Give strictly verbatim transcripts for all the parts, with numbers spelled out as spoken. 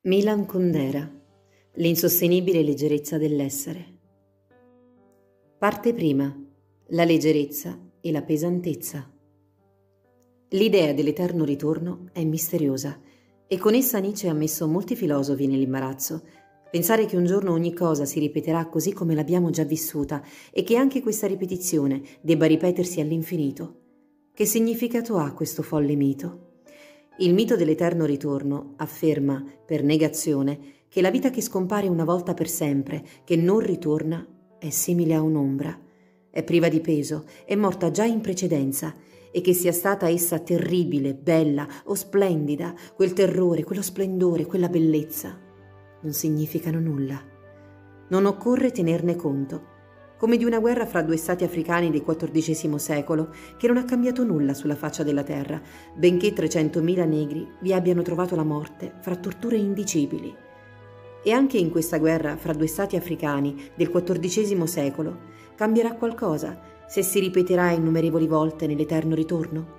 Milan Kundera, l'insostenibile leggerezza dell'essere. Parte prima. La leggerezza e la pesantezza. L'idea dell'eterno ritorno è misteriosa e con essa Nietzsche ha messo molti filosofi nell'imbarazzo. Pensare che un giorno ogni cosa si ripeterà così come l'abbiamo già vissuta e che anche questa ripetizione debba ripetersi all'infinito. Che significato ha questo folle mito? Il mito dell'eterno ritorno afferma, per negazione, che la vita che scompare una volta per sempre, che non ritorna, è simile a un'ombra, è priva di peso, è morta già in precedenza, e che sia stata essa terribile, bella o splendida, quel terrore, quello splendore, quella bellezza, non significano nulla. Non occorre tenerne conto, come di una guerra fra due stati africani del quattordicesimo secolo che non ha cambiato nulla sulla faccia della terra, benché trecentomila negri vi abbiano trovato la morte fra torture indicibili. E anche in questa guerra fra due stati africani del quattordicesimo secolo cambierà qualcosa se si ripeterà innumerevoli volte nell'eterno ritorno?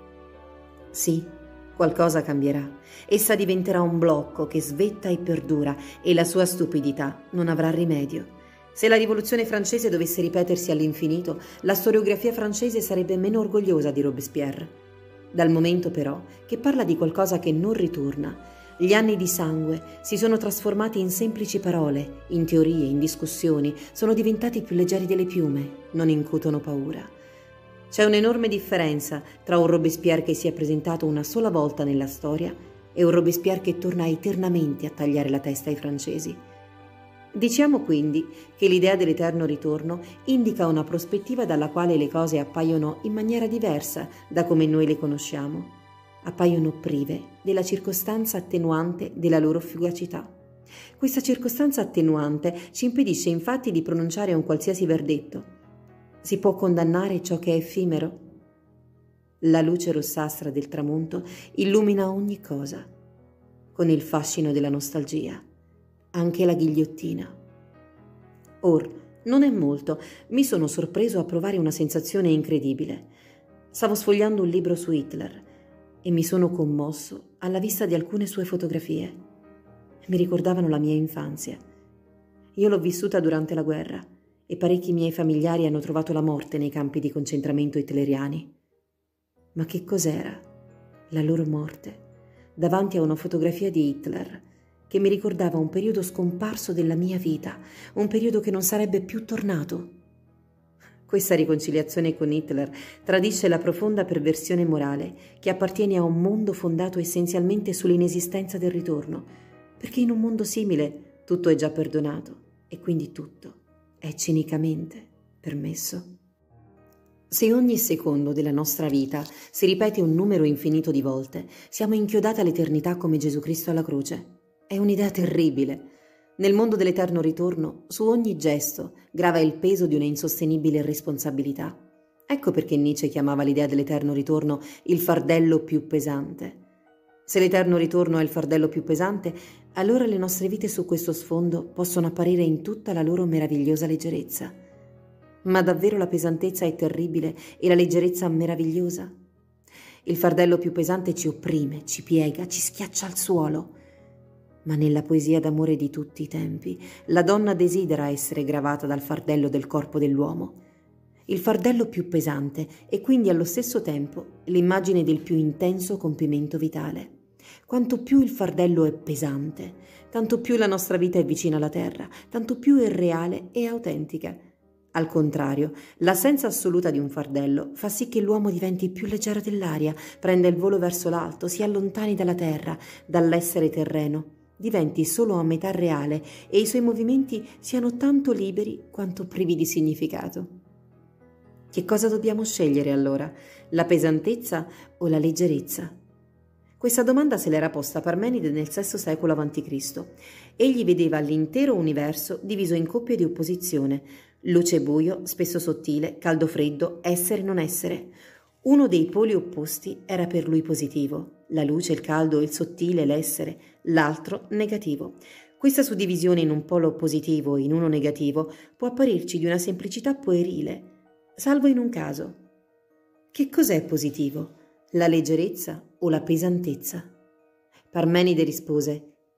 Sì, qualcosa cambierà. Essa diventerà un blocco che svetta e perdura e la sua stupidità non avrà rimedio. Se la rivoluzione francese dovesse ripetersi all'infinito, la storiografia francese sarebbe meno orgogliosa di Robespierre. Dal momento però che parla di qualcosa che non ritorna, gli anni di sangue si sono trasformati in semplici parole, in teorie, in discussioni, sono diventati più leggeri delle piume, non incutono paura. C'è un'enorme differenza tra un Robespierre che si è presentato una sola volta nella storia e un Robespierre che torna eternamente a tagliare la testa ai francesi. Diciamo quindi che l'idea dell'eterno ritorno indica una prospettiva dalla quale le cose appaiono in maniera diversa da come noi le conosciamo, appaiono prive della circostanza attenuante della loro fugacità. Questa circostanza attenuante ci impedisce infatti di pronunciare un qualsiasi verdetto. Si può condannare ciò che è effimero? La luce rossastra del tramonto illumina ogni cosa, con il fascino della nostalgia. Anche la ghigliottina. Or, non è molto, mi sono sorpreso a provare una sensazione incredibile. Stavo sfogliando un libro su Hitler e mi sono commosso alla vista di alcune sue fotografie. Mi ricordavano la mia infanzia. Io l'ho vissuta durante la guerra e parecchi miei familiari hanno trovato la morte nei campi di concentramento hitleriani. Ma che cos'era la loro morte davanti a una fotografia di Hitler che mi ricordava un periodo scomparso della mia vita, un periodo che non sarebbe più tornato? Questa riconciliazione con Hitler tradisce la profonda perversione morale che appartiene a un mondo fondato essenzialmente sull'inesistenza del ritorno, perché in un mondo simile tutto è già perdonato e quindi tutto è cinicamente permesso. Se ogni secondo della nostra vita si ripete un numero infinito di volte, siamo inchiodati all'eternità come Gesù Cristo alla croce. È un'idea terribile. Nel mondo dell'eterno ritorno, su ogni gesto grava il peso di una insostenibile responsabilità. Ecco perché Nietzsche chiamava l'idea dell'eterno ritorno il fardello più pesante. Se l'eterno ritorno è il fardello più pesante, allora le nostre vite su questo sfondo possono apparire in tutta la loro meravigliosa leggerezza. Ma davvero la pesantezza è terribile e la leggerezza meravigliosa? Il fardello più pesante ci opprime, ci piega, ci schiaccia al suolo. Ma nella poesia d'amore di tutti i tempi, la donna desidera essere gravata dal fardello del corpo dell'uomo. Il fardello più pesante è quindi allo stesso tempo l'immagine del più intenso compimento vitale. Quanto più il fardello è pesante, tanto più la nostra vita è vicina alla terra, tanto più è reale e autentica. Al contrario, l'assenza assoluta di un fardello fa sì che l'uomo diventi più leggero dell'aria, prenda il volo verso l'alto, si allontani dalla terra, dall'essere terreno, diventi solo a metà reale e i suoi movimenti siano tanto liberi quanto privi di significato. Che cosa dobbiamo scegliere allora? La pesantezza o la leggerezza? Questa domanda se l'era posta Parmenide nel sesto secolo avanti Cristo Egli vedeva l'intero universo diviso in coppie di opposizione, luce e buio, spesso sottile, caldo freddo, essere e non essere. Uno dei poli opposti era per lui positivo, la luce, il caldo, il sottile, l'essere, l'altro negativo. Questa suddivisione in un polo positivo e in uno negativo può apparirci di una semplicità puerile, salvo in un caso. Che cos'è positivo? La leggerezza o la pesantezza? Parmenide rispose: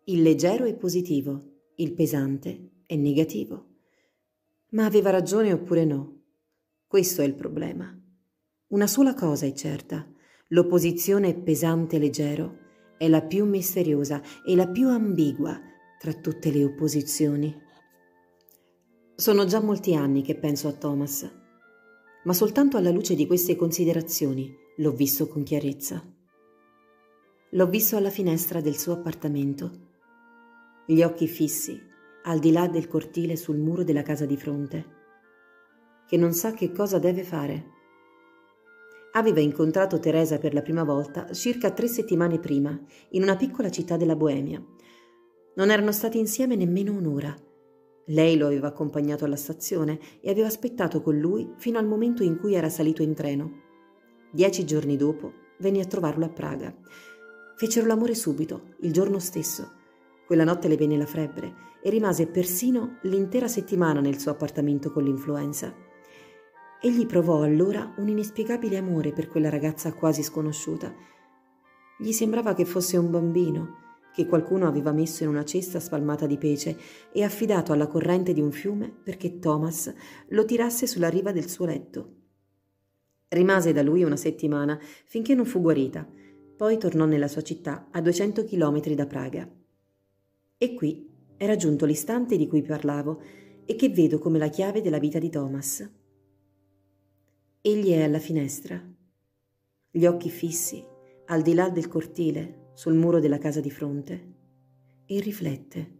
Il leggero è positivo, il pesante è negativo. Ma aveva ragione oppure no? Questo è il problema. Una sola cosa è certa: l'opposizione pesante-leggero è la più misteriosa e la più ambigua tra tutte le opposizioni. Sono già molti anni che penso a Thomas, ma soltanto alla luce di queste considerazioni l'ho visto con chiarezza. L'ho visto alla finestra del suo appartamento, gli occhi fissi al di là del cortile sul muro della casa di fronte, che non sa che cosa deve fare. Aveva incontrato Teresa per la prima volta circa tre settimane prima, in una piccola città della Boemia. Non erano stati insieme nemmeno un'ora. Lei lo aveva accompagnato alla stazione e aveva aspettato con lui fino al momento in cui era salito in treno. Dieci giorni dopo venne a trovarlo a Praga. Fecero l'amore subito, il giorno stesso. Quella notte le venne la febbre e rimase persino l'intera settimana nel suo appartamento con l'influenza. Egli provò allora un inspiegabile amore per quella ragazza quasi sconosciuta. Gli sembrava che fosse un bambino che qualcuno aveva messo in una cesta spalmata di pece e affidato alla corrente di un fiume perché Thomas lo tirasse sulla riva del suo letto. Rimase da lui una settimana finché non fu guarita, poi tornò nella sua città a duecento chilometri da Praga. E qui era giunto l'istante di cui parlavo e che vedo come la chiave della vita di Thomas. Egli è alla finestra, gli occhi fissi, al di là del cortile, sul muro della casa di fronte, e riflette.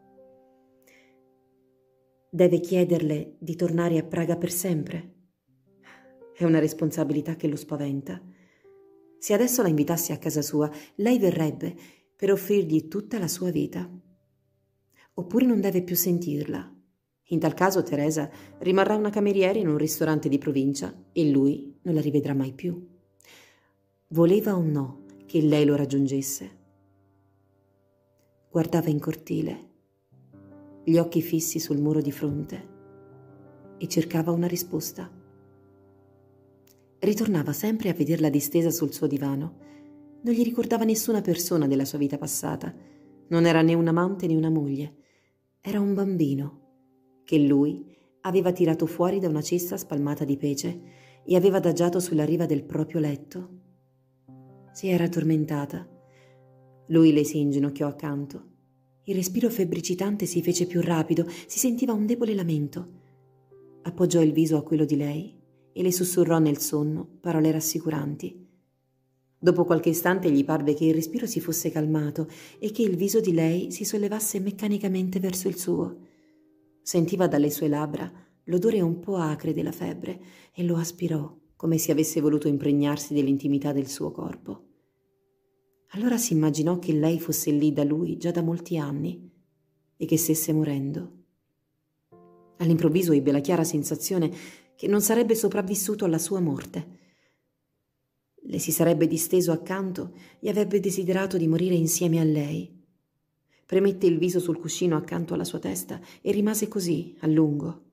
Deve chiederle di tornare a Praga per sempre. È una responsabilità che lo spaventa. Se adesso la invitassi a casa sua, lei verrebbe per offrirgli tutta la sua vita. Oppure non deve più sentirla. In tal caso Teresa rimarrà una cameriera in un ristorante di provincia e lui non la rivedrà mai più. Voleva o no che lei lo raggiungesse? Guardava in cortile, gli occhi fissi sul muro di fronte, e cercava una risposta. Ritornava sempre a vederla distesa sul suo divano. Non gli ricordava nessuna persona della sua vita passata. Non era né un amante né una moglie. Era un bambino che lui aveva tirato fuori da una cesta spalmata di pece e aveva adagiato sulla riva del proprio letto. Si era addormentata. Lui le si inginocchiò accanto. Il respiro febbricitante si fece più rapido, si sentiva un debole lamento. Appoggiò il viso a quello di lei e le sussurrò nel sonno parole rassicuranti. Dopo qualche istante gli parve che il respiro si fosse calmato e che il viso di lei si sollevasse meccanicamente verso il suo. Sentiva dalle sue labbra l'odore un po' acre della febbre e lo aspirò come se avesse voluto impregnarsi dell'intimità del suo corpo. Allora si immaginò che lei fosse lì da lui già da molti anni e che stesse morendo. All'improvviso ebbe la chiara sensazione che non sarebbe sopravvissuto alla sua morte. Le si sarebbe disteso accanto e avrebbe desiderato di morire insieme a lei. Premette il viso sul cuscino accanto alla sua testa e rimase così, a lungo.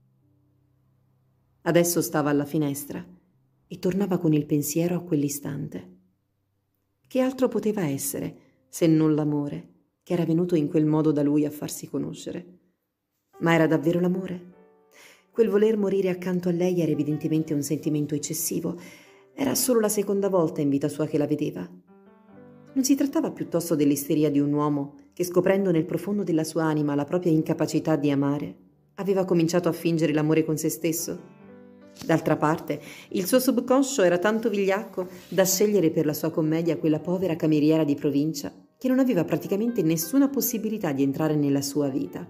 Adesso stava alla finestra e tornava con il pensiero a quell'istante. Che altro poteva essere se non l'amore che era venuto in quel modo da lui a farsi conoscere? Ma era davvero l'amore? Quel voler morire accanto a lei era evidentemente un sentimento eccessivo. Era solo la seconda volta in vita sua che la vedeva. Non si trattava piuttosto dell'isteria di un uomo che, scoprendo nel profondo della sua anima la propria incapacità di amare, aveva cominciato a fingere l'amore con se stesso? D'altra parte, il suo subconscio era tanto vigliacco da scegliere per la sua commedia quella povera cameriera di provincia che non aveva praticamente nessuna possibilità di entrare nella sua vita.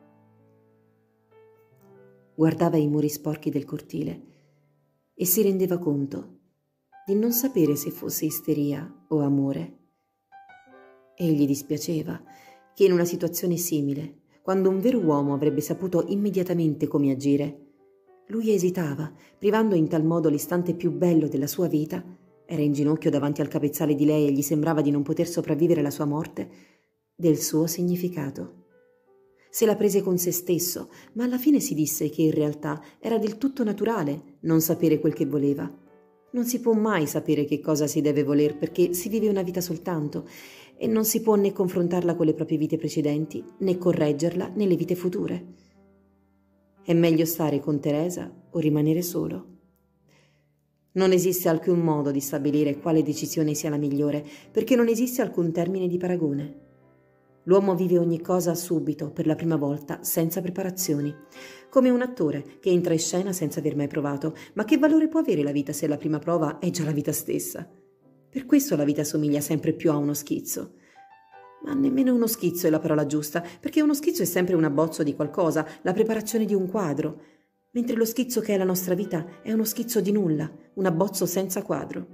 Guardava i muri sporchi del cortile e si rendeva conto di non sapere se fosse isteria o amore. E gli dispiaceva che in una situazione simile, quando un vero uomo avrebbe saputo immediatamente come agire, lui esitava, privando in tal modo l'istante più bello della sua vita, era in ginocchio davanti al capezzale di lei e gli sembrava di non poter sopravvivere alla sua morte, del suo significato. Se la prese con se stesso, ma alla fine si disse che in realtà era del tutto naturale non sapere quel che voleva. Non si può mai sapere che cosa si deve voler perché si vive una vita soltanto e non si può né confrontarla con le proprie vite precedenti, né correggerla nelle vite future. È meglio stare con Teresa o rimanere solo? Non esiste alcun modo di stabilire quale decisione sia la migliore, perché non esiste alcun termine di paragone. L'uomo vive ogni cosa subito, per la prima volta, senza preparazioni, come un attore che entra in scena senza aver mai provato. Ma che valore può avere la vita se la prima prova è già la vita stessa? Per questo la vita somiglia sempre più a uno schizzo. Ma nemmeno uno schizzo è la parola giusta, perché uno schizzo è sempre un abbozzo di qualcosa, la preparazione di un quadro, mentre lo schizzo che è la nostra vita è uno schizzo di nulla, un abbozzo senza quadro.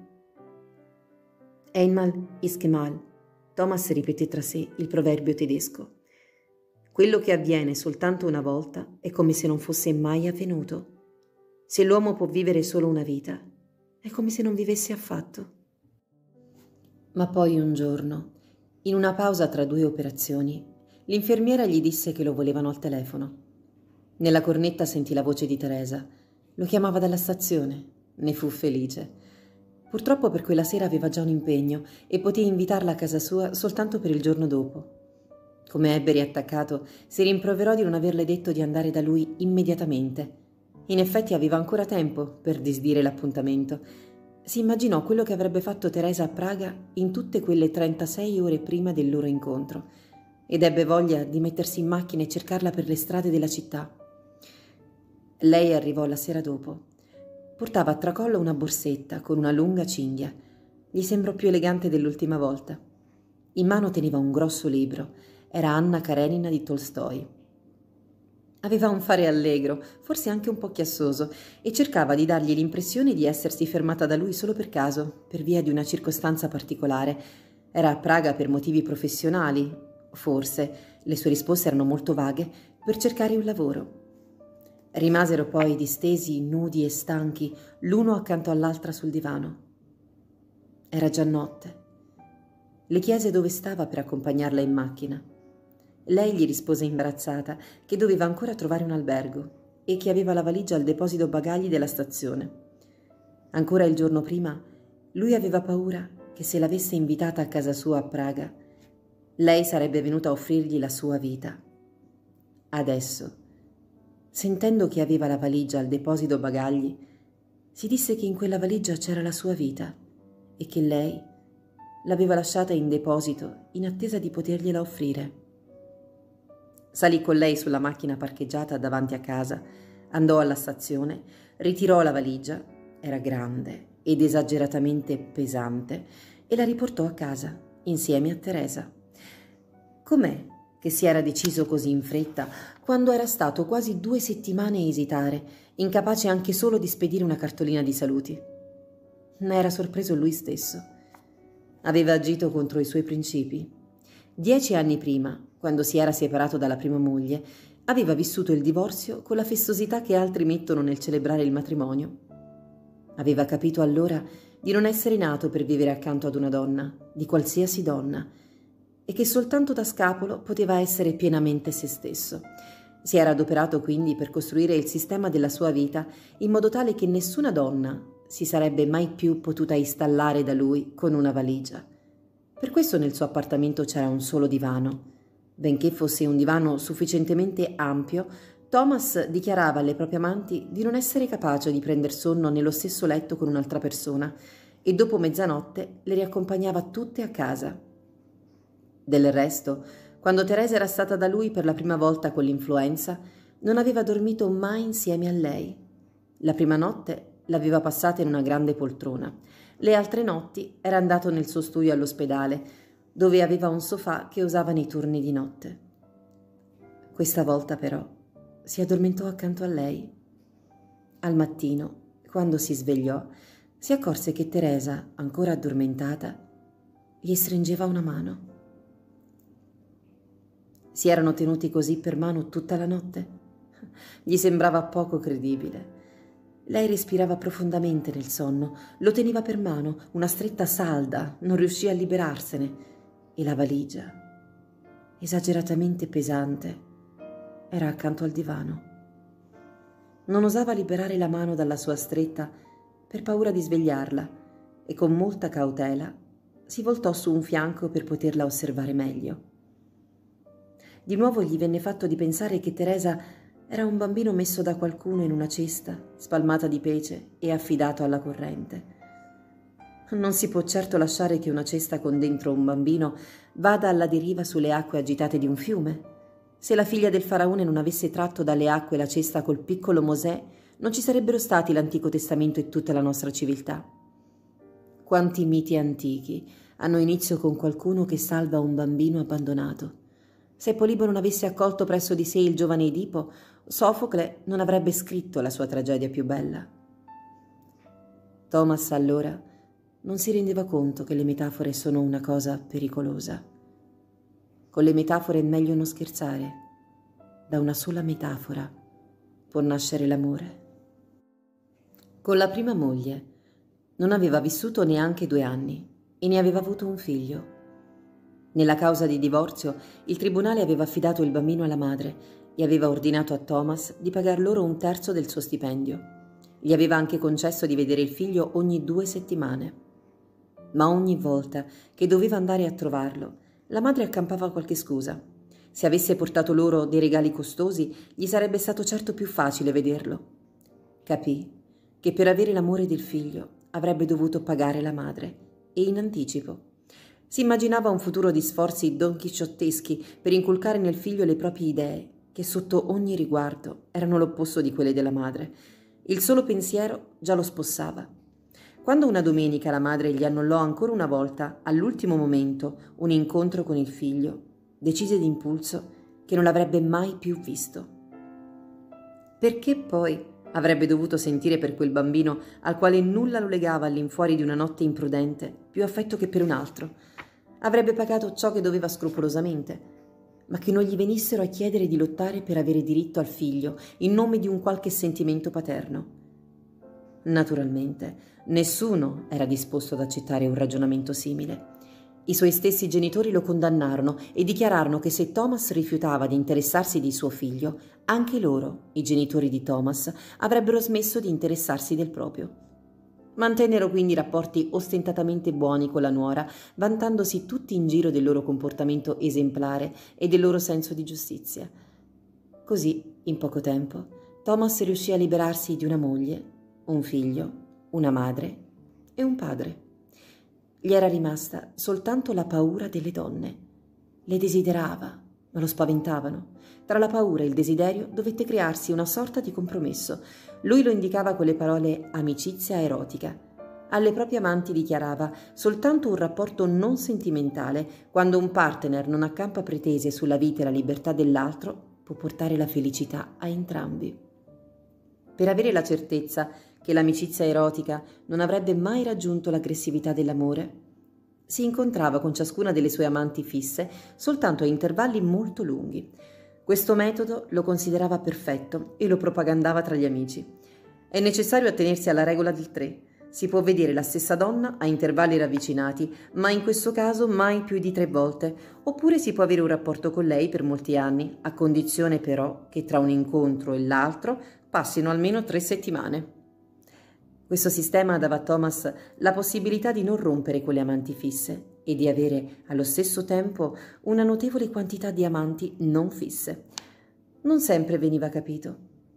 Einmal ist Kemal. Thomas ripeté tra sé il proverbio tedesco. Quello che avviene soltanto una volta è come se non fosse mai avvenuto. Se l'uomo può vivere solo una vita, è come se non vivesse affatto. Ma poi un giorno, in una pausa tra due operazioni, l'infermiera gli disse che lo volevano al telefono. Nella cornetta sentì la voce di Teresa. Lo chiamava dalla stazione. Ne fu felice. Purtroppo per quella sera aveva già un impegno e poté invitarla a casa sua soltanto per il giorno dopo. Come ebbe riattaccato, si rimproverò di non averle detto di andare da lui immediatamente. In effetti aveva ancora tempo per disdire l'appuntamento. Si immaginò quello che avrebbe fatto Teresa a Praga in tutte quelle trentasei ore prima del loro incontro ed ebbe voglia di mettersi in macchina e cercarla per le strade della città. Lei arrivò la sera dopo. Portava a tracollo una borsetta con una lunga cinghia. Gli sembrò più elegante dell'ultima volta. In mano teneva un grosso libro. Era Anna Karenina di Tolstoi. Aveva un fare allegro, forse anche un po' chiassoso, e cercava di dargli l'impressione di essersi fermata da lui solo per caso, per via di una circostanza particolare. Era a Praga per motivi professionali, forse, le sue risposte erano molto vaghe, per cercare un lavoro. Rimasero poi distesi, nudi e stanchi, l'uno accanto all'altra sul divano. Era già notte. Le chiese dove stava per accompagnarla in macchina. Lei gli rispose imbarazzata che doveva ancora trovare un albergo e che aveva la valigia al deposito bagagli della stazione. Ancora il giorno prima, lui aveva paura che se l'avesse invitata a casa sua a Praga, lei sarebbe venuta a offrirgli la sua vita. Adesso, sentendo che aveva la valigia al deposito bagagli, si disse che in quella valigia c'era la sua vita e che lei l'aveva lasciata in deposito in attesa di potergliela offrire. Salì con lei sulla macchina parcheggiata davanti a casa, andò alla stazione, ritirò la valigia, era grande ed esageratamente pesante, e la riportò a casa insieme a Teresa. Com'è che si era deciso così in fretta quando era stato quasi due settimane a esitare, incapace anche solo di spedire una cartolina di saluti? Ne era sorpreso lui stesso. Aveva agito contro i suoi principi. Dieci anni prima, quando si era separato dalla prima moglie, aveva vissuto il divorzio con la festosità che altri mettono nel celebrare il matrimonio. Aveva capito allora di non essere nato per vivere accanto ad una donna, di qualsiasi donna, e che soltanto da scapolo poteva essere pienamente se stesso. Si era adoperato quindi per costruire il sistema della sua vita in modo tale che nessuna donna si sarebbe mai più potuta installare da lui con una valigia. Per questo nel suo appartamento c'era un solo divano. Benché fosse un divano sufficientemente ampio, Thomas dichiarava alle proprie amanti di non essere capace di prender sonno nello stesso letto con un'altra persona e dopo mezzanotte le riaccompagnava tutte a casa. Del resto, quando Teresa era stata da lui per la prima volta con l'influenza, non aveva dormito mai insieme a lei. La prima notte l'aveva passata in una grande poltrona. Le altre notti era andato nel suo studio all'ospedale, dove aveva un sofà che usava nei turni di notte. Questa volta però si addormentò accanto a lei. Al mattino, quando si svegliò, si accorse che Teresa, ancora addormentata, gli stringeva una mano. Si erano tenuti così per mano tutta la notte? Gli sembrava poco credibile. Lei respirava profondamente nel sonno, lo teneva per mano, una stretta salda, non riuscì a liberarsene, e la valigia, esageratamente pesante, era accanto al divano. Non osava liberare la mano dalla sua stretta per paura di svegliarla, e con molta cautela si voltò su un fianco per poterla osservare meglio. Di nuovo gli venne fatto di pensare che Teresa era un bambino messo da qualcuno in una cesta, spalmata di pece e affidato alla corrente. Non si può certo lasciare che una cesta con dentro un bambino vada alla deriva sulle acque agitate di un fiume. Se la figlia del faraone non avesse tratto dalle acque la cesta col piccolo Mosè, non ci sarebbero stati l'Antico Testamento e tutta la nostra civiltà. Quanti miti antichi hanno inizio con qualcuno che salva un bambino abbandonato. Se Polibo non avesse accolto presso di sé il giovane Edipo, Sofocle non avrebbe scritto la sua tragedia più bella. Thomas allora non si rendeva conto che le metafore sono una cosa pericolosa. Con le metafore è meglio non scherzare. Da una sola metafora può nascere l'amore. Con la prima moglie non aveva vissuto neanche due anni e ne aveva avuto un figlio. Nella causa di divorzio il tribunale aveva affidato il bambino alla madre e aveva ordinato a Thomas di pagar loro un terzo del suo stipendio. Gli aveva anche concesso di vedere il figlio ogni due settimane. Ma ogni volta che doveva andare a trovarlo, la madre accampava qualche scusa. Se avesse portato loro dei regali costosi, gli sarebbe stato certo più facile vederlo. Capì che per avere l'amore del figlio avrebbe dovuto pagare la madre, e in anticipo. Si immaginava un futuro di sforzi donchisciotteschi per inculcare nel figlio le proprie idee, che sotto ogni riguardo erano l'opposto di quelle della madre. Il solo pensiero già lo spossava. Quando una domenica la madre gli annullò ancora una volta, all'ultimo momento, un incontro con il figlio, decise d'impulso che non l'avrebbe mai più visto. Perché poi avrebbe dovuto sentire per quel bambino, al quale nulla lo legava all'infuori di una notte imprudente, più affetto che per un altro? Avrebbe pagato ciò che doveva scrupolosamente, ma che non gli venissero a chiedere di lottare per avere diritto al figlio in nome di un qualche sentimento paterno. Naturalmente, nessuno era disposto ad accettare un ragionamento simile. I suoi stessi genitori lo condannarono e dichiararono che se Thomas rifiutava di interessarsi di suo figlio, anche loro, i genitori di Thomas, avrebbero smesso di interessarsi del proprio. Mantennero quindi rapporti ostentatamente buoni con la nuora, vantandosi tutti in giro del loro comportamento esemplare e del loro senso di giustizia. Così, in poco tempo, Thomas riuscì a liberarsi di una moglie, un figlio, una madre e un padre. Gli era rimasta soltanto la paura delle donne. Le desiderava, ma lo spaventavano. Tra la paura e il desiderio dovette crearsi una sorta di compromesso. Lui lo indicava con le parole amicizia erotica. Alle proprie amanti dichiarava soltanto un rapporto non sentimentale, quando un partner non accampa pretese sulla vita e la libertà dell'altro, può portare la felicità a entrambi. Per avere la certezza che l'amicizia erotica non avrebbe mai raggiunto l'aggressività dell'amore, si incontrava con ciascuna delle sue amanti fisse soltanto a intervalli molto lunghi. Questo metodo lo considerava perfetto e lo propagandava tra gli amici. È necessario attenersi alla regola del tre. Si può vedere la stessa donna a intervalli ravvicinati, ma in questo caso mai più di tre volte, oppure si può avere un rapporto con lei per molti anni, a condizione però che tra un incontro e l'altro passino almeno tre settimane. Questo sistema dava a Thomas la possibilità di non rompere con le amanti fisse e di avere allo stesso tempo una notevole quantità di amanti non fisse. Non sempre veniva capito.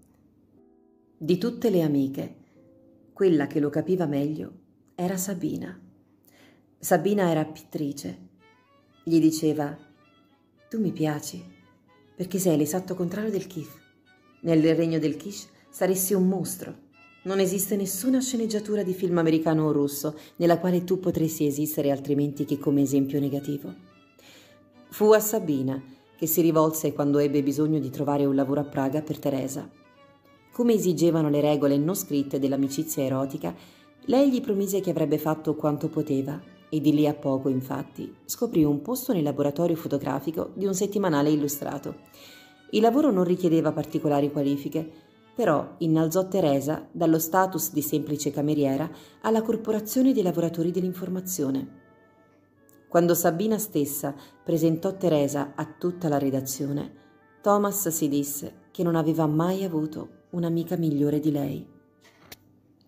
Di tutte le amiche, quella che lo capiva meglio era Sabina. Sabina era pittrice. Gli diceva: «Tu mi piaci, perché sei l'esatto contrario del Kif. Nel regno del Kish saresti un mostro. Non esiste nessuna sceneggiatura di film americano o russo nella quale tu potresti esistere altrimenti che come esempio negativo». Fu a Sabina che si rivolse quando ebbe bisogno di trovare un lavoro a Praga per Teresa. Come esigevano le regole non scritte dell'amicizia erotica, lei gli promise che avrebbe fatto quanto poteva e di lì a poco, infatti, scoprì un posto nel laboratorio fotografico di un settimanale illustrato. Il lavoro non richiedeva particolari qualifiche, però innalzò Teresa dallo status di semplice cameriera alla corporazione dei lavoratori dell'informazione. Quando Sabina stessa presentò Teresa a tutta la redazione, Thomas si disse che non aveva mai avuto un'amica migliore di lei.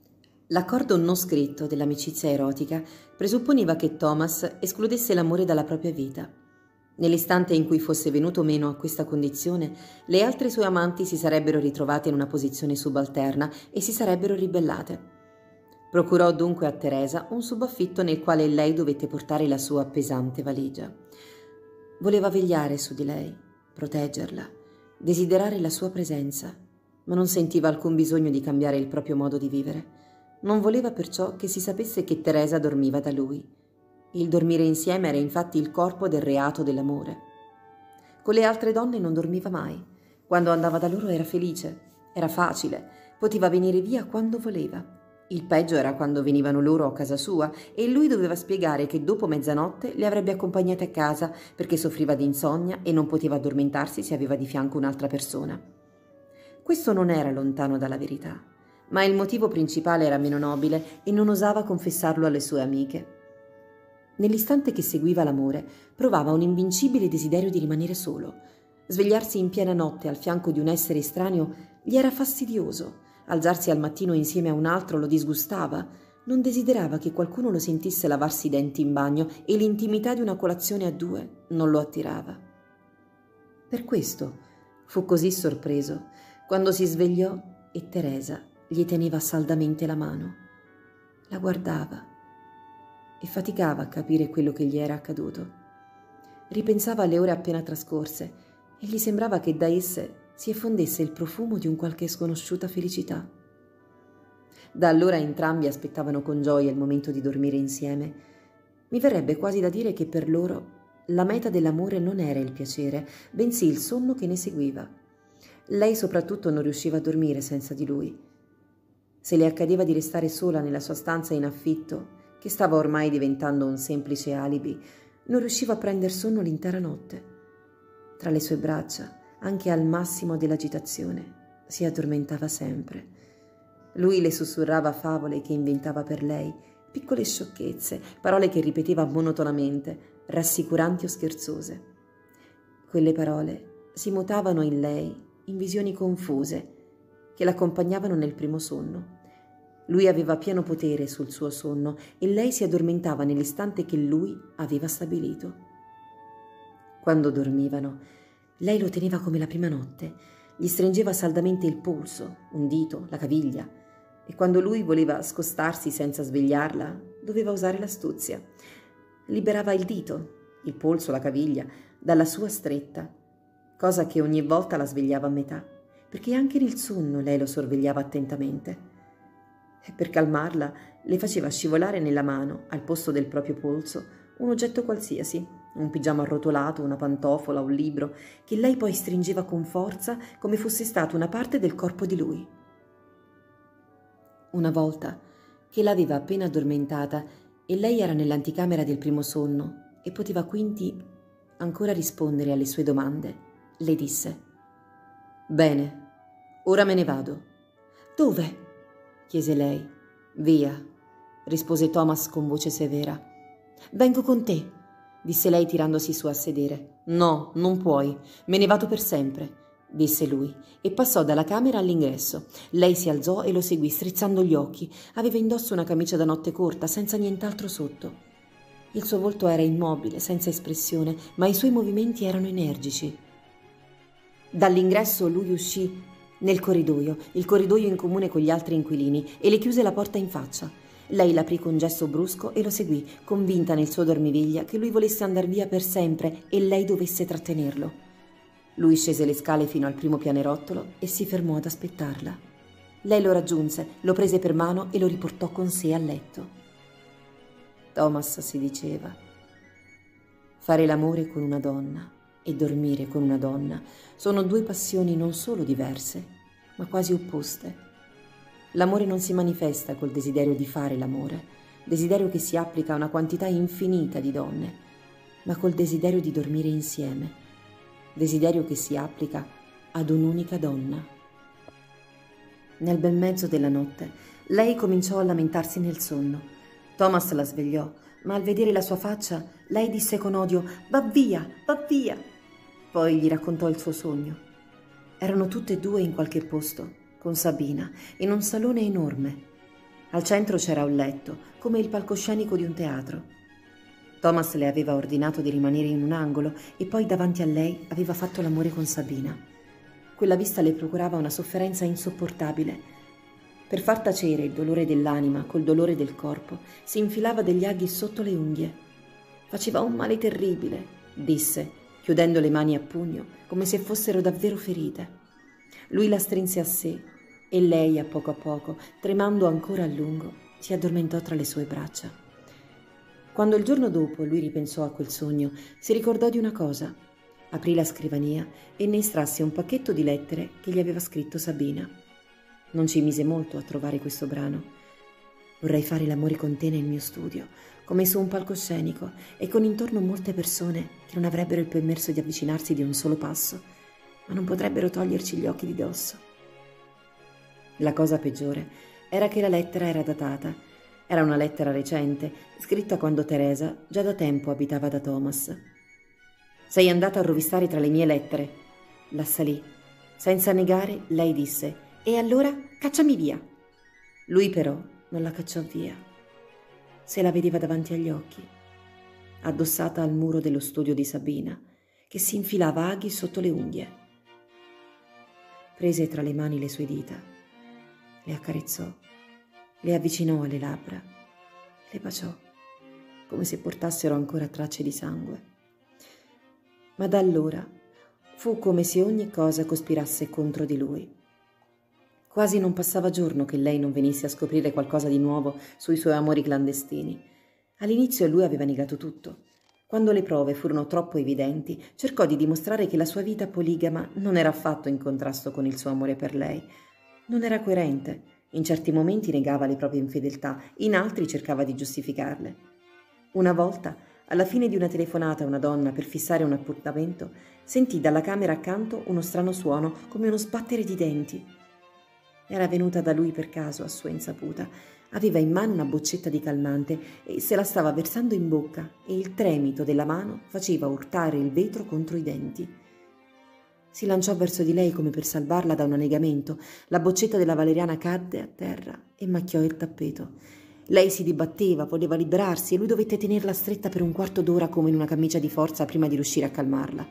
L'accordo non scritto dell'amicizia erotica presupponeva che Thomas escludesse l'amore dalla propria vita. Nell'istante in cui fosse venuto meno a questa condizione, le altre sue amanti si sarebbero ritrovate in una posizione subalterna e si sarebbero ribellate. Procurò dunque a Teresa un subaffitto nel quale lei dovette portare la sua pesante valigia. Voleva vegliare su di lei, proteggerla, desiderare la sua presenza, ma non sentiva alcun bisogno di cambiare il proprio modo di vivere. Non voleva perciò che si sapesse che Teresa dormiva da lui. Il dormire insieme era infatti il corpo del reato dell'amore. Con le altre donne non dormiva mai. Quando andava da loro era felice, era facile, poteva venire via quando voleva. Il peggio era quando venivano loro a casa sua e lui doveva spiegare che dopo mezzanotte le avrebbe accompagnate a casa perché soffriva di insonnia e non poteva addormentarsi se aveva di fianco un'altra persona. Questo non era lontano dalla verità, ma il motivo principale era meno nobile e non osava confessarlo alle sue amiche. Nell'istante che seguiva l'amore, provava un invincibile desiderio di rimanere solo. Svegliarsi in piena notte al fianco di un essere estraneo gli era fastidioso. Alzarsi al mattino insieme a un altro lo disgustava. Non desiderava che qualcuno lo sentisse lavarsi i denti in bagno e l'intimità di una colazione a due non lo attirava. Per questo fu così sorpreso quando si svegliò e Teresa gli teneva saldamente la mano. La guardava e faticava a capire quello che gli era accaduto. Ripensava alle ore appena trascorse e gli sembrava che da esse si effondesse il profumo di un qualche sconosciuta felicità. Da allora entrambi aspettavano con gioia il momento di dormire insieme. Mi verrebbe quasi da dire che per loro la meta dell'amore non era il piacere, bensì il sonno che ne seguiva. Lei soprattutto non riusciva a dormire senza di lui. Se le accadeva di restare sola nella sua stanza in affitto, che stava ormai diventando un semplice alibi, non riusciva a prender sonno l'intera notte. Tra le sue braccia, anche al massimo dell'agitazione, si addormentava sempre. Lui le sussurrava favole che inventava per lei, piccole sciocchezze, parole che ripeteva monotonamente, rassicuranti o scherzose. Quelle parole si mutavano in lei in visioni confuse che l'accompagnavano nel primo sonno. Lui aveva pieno potere sul suo sonno e lei si addormentava nell'istante che lui aveva stabilito. Quando dormivano, lei lo teneva come la prima notte, gli stringeva saldamente il polso, un dito, la caviglia, e quando lui voleva scostarsi senza svegliarla, doveva usare l'astuzia. Liberava il dito, il polso, la caviglia, dalla sua stretta, cosa che ogni volta la svegliava a metà, perché anche nel sonno lei lo sorvegliava attentamente. E per calmarla le faceva scivolare nella mano, al posto del proprio polso, un oggetto qualsiasi, un pigiama arrotolato, una pantofola, un libro, che lei poi stringeva con forza come fosse stato una parte del corpo di lui. Una volta che l'aveva appena addormentata e lei era nell'anticamera del primo sonno e poteva quindi ancora rispondere alle sue domande, le disse: «Bene, ora me ne vado». «Dove?» chiese lei. «Via», rispose Thomas con voce severa. «Vengo con te», disse lei tirandosi su a sedere. «No, non puoi, me ne vado per sempre», disse lui e passò dalla camera all'ingresso. Lei si alzò e lo seguì strizzando gli occhi. Aveva indosso una camicia da notte corta, senza nient'altro sotto. Il suo volto era immobile, senza espressione, ma i suoi movimenti erano energici. Dall'ingresso lui uscì nel corridoio, il corridoio in comune con gli altri inquilini, e le chiuse la porta in faccia. Lei l'aprì con gesto brusco e lo seguì, convinta nel suo dormiveglia che lui volesse andar via per sempre e lei dovesse trattenerlo. Lui scese le scale fino al primo pianerottolo e si fermò ad aspettarla. Lei lo raggiunse, lo prese per mano e lo riportò con sé a letto. Thomas si diceva: fare l'amore con una donna e dormire con una donna sono due passioni non solo diverse, ma quasi opposte. L'amore non si manifesta col desiderio di fare l'amore, desiderio che si applica a una quantità infinita di donne, ma col desiderio di dormire insieme, desiderio che si applica ad un'unica donna. Nel bel mezzo della notte, lei cominciò a lamentarsi nel sonno. Thomas la svegliò, ma al vedere la sua faccia, lei disse con odio: «Va via, va via!» Poi gli raccontò il suo sogno. Erano tutte e due in qualche posto, con Sabina, in un salone enorme. Al centro c'era un letto, come il palcoscenico di un teatro. Thomas le aveva ordinato di rimanere in un angolo e poi davanti a lei aveva fatto l'amore con Sabina. Quella vista le procurava una sofferenza insopportabile. Per far tacere il dolore dell'anima col dolore del corpo, si infilava degli aghi sotto le unghie. Faceva un male terribile, disse, chiudendo le mani a pugno, come se fossero davvero ferite. Lui la strinse a sé e lei, a poco a poco, tremando ancora a lungo, si addormentò tra le sue braccia. Quando il giorno dopo lui ripensò a quel sogno, si ricordò di una cosa. Aprì la scrivania e ne estrasse un pacchetto di lettere che gli aveva scritto Sabina. Non ci mise molto a trovare questo brano. Vorrei fare l'amore con te nel mio studio, come su un palcoscenico, e con intorno molte persone che non avrebbero il permesso di avvicinarsi di un solo passo, ma non potrebbero toglierci gli occhi di dosso. La cosa peggiore era che la lettera era datata. Era una lettera recente, scritta quando Teresa già da tempo abitava da Thomas. «Sei andata a rovistare tra le mie lettere», l'assalì. Senza negare, lei disse: «E allora cacciami via». Lui però non la cacciò via. Se la vedeva davanti agli occhi, addossata al muro dello studio di Sabina, che si infilava aghi sotto le unghie. Prese tra le mani le sue dita, le accarezzò, le avvicinò alle labbra, le baciò, come se portassero ancora tracce di sangue. Ma da allora fu come se ogni cosa cospirasse contro di lui. Quasi non passava giorno che lei non venisse a scoprire qualcosa di nuovo sui suoi amori clandestini. All'inizio lui aveva negato tutto. Quando le prove furono troppo evidenti, cercò di dimostrare che la sua vita poligama non era affatto in contrasto con il suo amore per lei. Non era coerente. In certi momenti negava le proprie infedeltà, in altri cercava di giustificarle. Una volta, alla fine di una telefonata a una donna per fissare un appuntamento, sentì dalla camera accanto uno strano suono come uno sbattere di denti. Era venuta da lui per caso, a sua insaputa. Aveva in mano una boccetta di calmante e se la stava versando in bocca e il tremito della mano faceva urtare il vetro contro i denti. Si lanciò verso di lei come per salvarla da un annegamento. La boccetta della valeriana cadde a terra e macchiò il tappeto. Lei si dibatteva, voleva liberarsi e lui dovette tenerla stretta per un quarto d'ora come in una camicia di forza prima di riuscire a calmarla.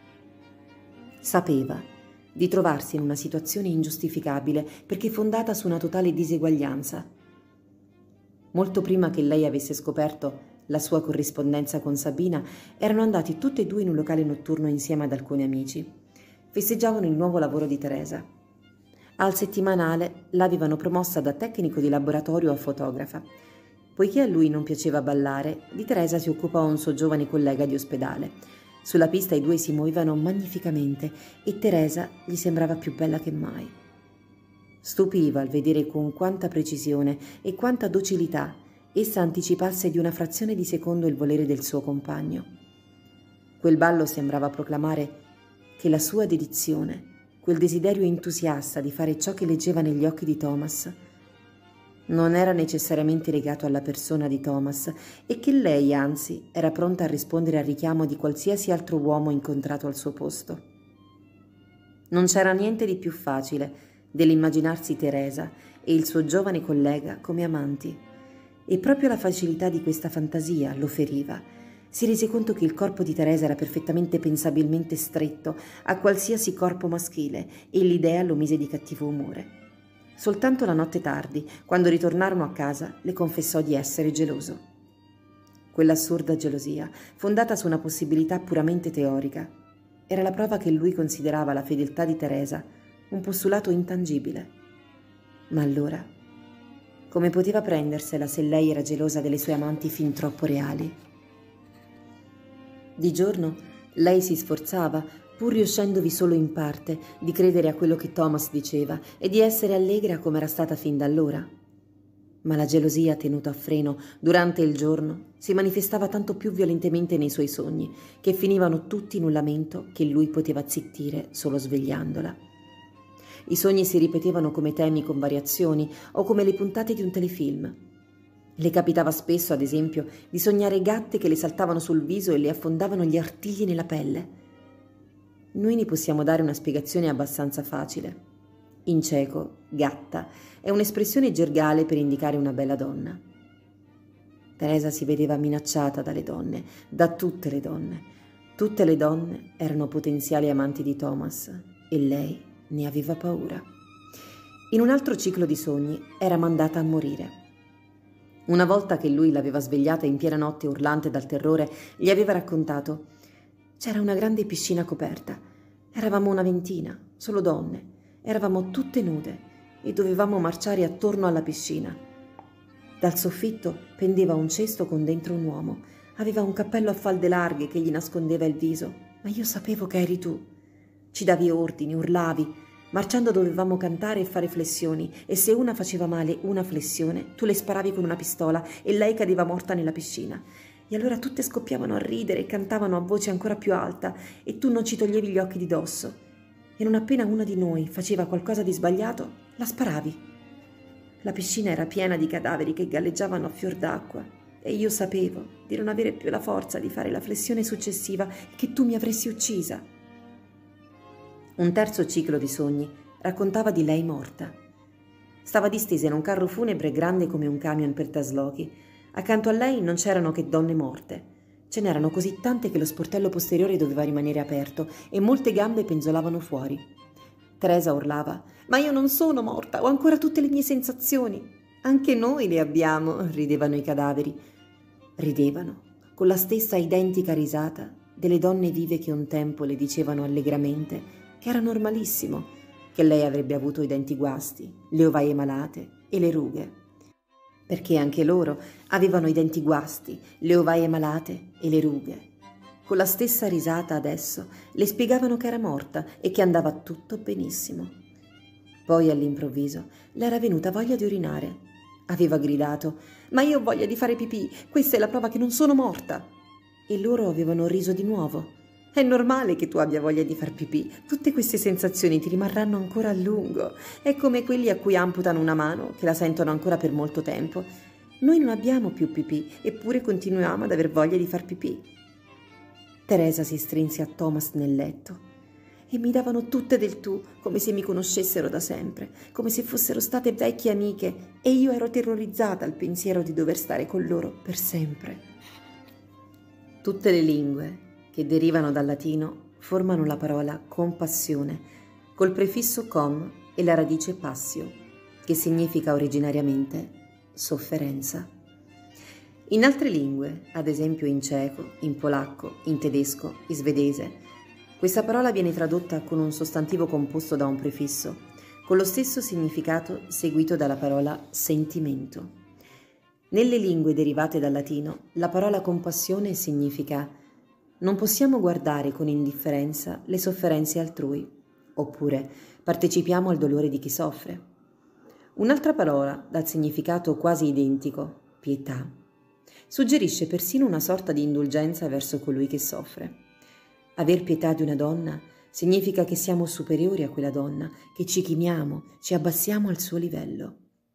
Sapeva di trovarsi in una situazione ingiustificabile perché fondata su una totale diseguaglianza. Molto prima che lei avesse scoperto la sua corrispondenza con Sabina, erano andati tutti e due in un locale notturno insieme ad alcuni amici. Festeggiavano il nuovo lavoro di Teresa. Al settimanale l'avevano promossa da tecnico di laboratorio a fotografa. Poiché a lui non piaceva ballare, di Teresa si occupò un suo giovane collega di ospedale. Sulla pista i due si muovevano magnificamente e Teresa gli sembrava più bella che mai. Stupiva al vedere con quanta precisione e quanta docilità essa anticipasse di una frazione di secondo il volere del suo compagno. Quel ballo sembrava proclamare che la sua dedizione, quel desiderio entusiasta di fare ciò che leggeva negli occhi di Thomas, non era necessariamente legato alla persona di Thomas e che lei, anzi, era pronta a rispondere al richiamo di qualsiasi altro uomo incontrato al suo posto. Non c'era niente di più facile dell'immaginarsi Teresa e il suo giovane collega come amanti, e proprio la facilità di questa fantasia lo feriva. Si rese conto che il corpo di Teresa era perfettamente pensabilmente stretto a qualsiasi corpo maschile e l'idea lo mise di cattivo umore. Soltanto la notte tardi, quando ritornarono a casa, le confessò di essere geloso. Quell'assurda gelosia, fondata su una possibilità puramente teorica, era la prova che lui considerava la fedeltà di Teresa un postulato intangibile. Ma allora, come poteva prendersela se lei era gelosa delle sue amanti fin troppo reali? Di giorno lei si sforzava, pur riuscendovi solo in parte, di credere a quello che Thomas diceva e di essere allegra come era stata fin da allora. Ma la gelosia tenuta a freno durante il giorno si manifestava tanto più violentemente nei suoi sogni, che finivano tutti in un lamento che lui poteva zittire solo svegliandola. I sogni si ripetevano come temi con variazioni o come le puntate di un telefilm. Le capitava spesso, ad esempio, di sognare gatte che le saltavano sul viso e le affondavano gli artigli nella pelle. Noi ne possiamo dare una spiegazione abbastanza facile. In ceco, gatta è un'espressione gergale per indicare una bella donna. Teresa si vedeva minacciata dalle donne, da tutte le donne. Tutte le donne erano potenziali amanti di Thomas e lei ne aveva paura. In un altro ciclo di sogni era mandata a morire. Una volta che lui l'aveva svegliata in piena notte urlante dal terrore, gli aveva raccontato: c'era una grande piscina coperta. Eravamo una ventina, solo donne. Eravamo tutte nude e dovevamo marciare attorno alla piscina. Dal soffitto pendeva un cesto con dentro un uomo. Aveva un cappello a falde larghe che gli nascondeva il viso, ma io sapevo che eri tu. Ci davi ordini, urlavi. Marciando dovevamo cantare e fare flessioni, e se una faceva male una flessione, tu le sparavi con una pistola e lei cadeva morta nella piscina. E allora tutte scoppiavano a ridere e cantavano a voce ancora più alta, e tu non ci toglievi gli occhi di dosso. E non appena una di noi faceva qualcosa di sbagliato, la sparavi. La piscina era piena di cadaveri che galleggiavano a fior d'acqua e io sapevo di non avere più la forza di fare la flessione successiva e che tu mi avresti uccisa. Un terzo ciclo di sogni raccontava di lei morta. Stava distesa in un carro funebre grande come un camion per traslochi. Accanto a lei non c'erano che donne morte. Ce n'erano così tante che lo sportello posteriore doveva rimanere aperto e molte gambe penzolavano fuori. Teresa urlava: «Ma io non sono morta, ho ancora tutte le mie sensazioni!» «Anche noi le abbiamo!» ridevano i cadaveri. Ridevano, con la stessa identica risata delle donne vive che un tempo le dicevano allegramente che era normalissimo, che lei avrebbe avuto i denti guasti, le ovaie malate e le rughe. Perché anche loro avevano i denti guasti, le ovaie malate e le rughe. Con la stessa risata adesso le spiegavano che era morta e che andava tutto benissimo. Poi all'improvviso le era venuta voglia di urinare. Aveva gridato: «Ma io ho voglia di fare pipì, questa è la prova che non sono morta!» E loro avevano riso di nuovo. «È normale che tu abbia voglia di far pipì, tutte queste sensazioni ti rimarranno ancora a lungo. È come quelli a cui amputano una mano, che la sentono ancora per molto tempo. Noi non abbiamo più pipì, eppure continuiamo ad aver voglia di far pipì.» Teresa si strinse a Thomas nel letto e mi davano tutte del tu, come se mi conoscessero da sempre, come se fossero state vecchie amiche, e io ero terrorizzata al pensiero di dover stare con loro per sempre. Tutte le lingue che derivano dal latino formano la parola compassione, col prefisso com e la radice passio, che significa originariamente sofferenza. In altre lingue, ad esempio in ceco, in polacco, in tedesco, in svedese, questa parola viene tradotta con un sostantivo composto da un prefisso, con lo stesso significato seguito dalla parola sentimento. Nelle lingue derivate dal latino, la parola compassione significa non possiamo guardare con indifferenza le sofferenze altrui, oppure partecipiamo al dolore di chi soffre. Un'altra parola dal significato quasi identico, pietà, suggerisce persino una sorta di indulgenza verso colui che soffre. Aver pietà di una donna significa che siamo superiori a quella donna, che ci chiniamo, ci abbassiamo al suo livello.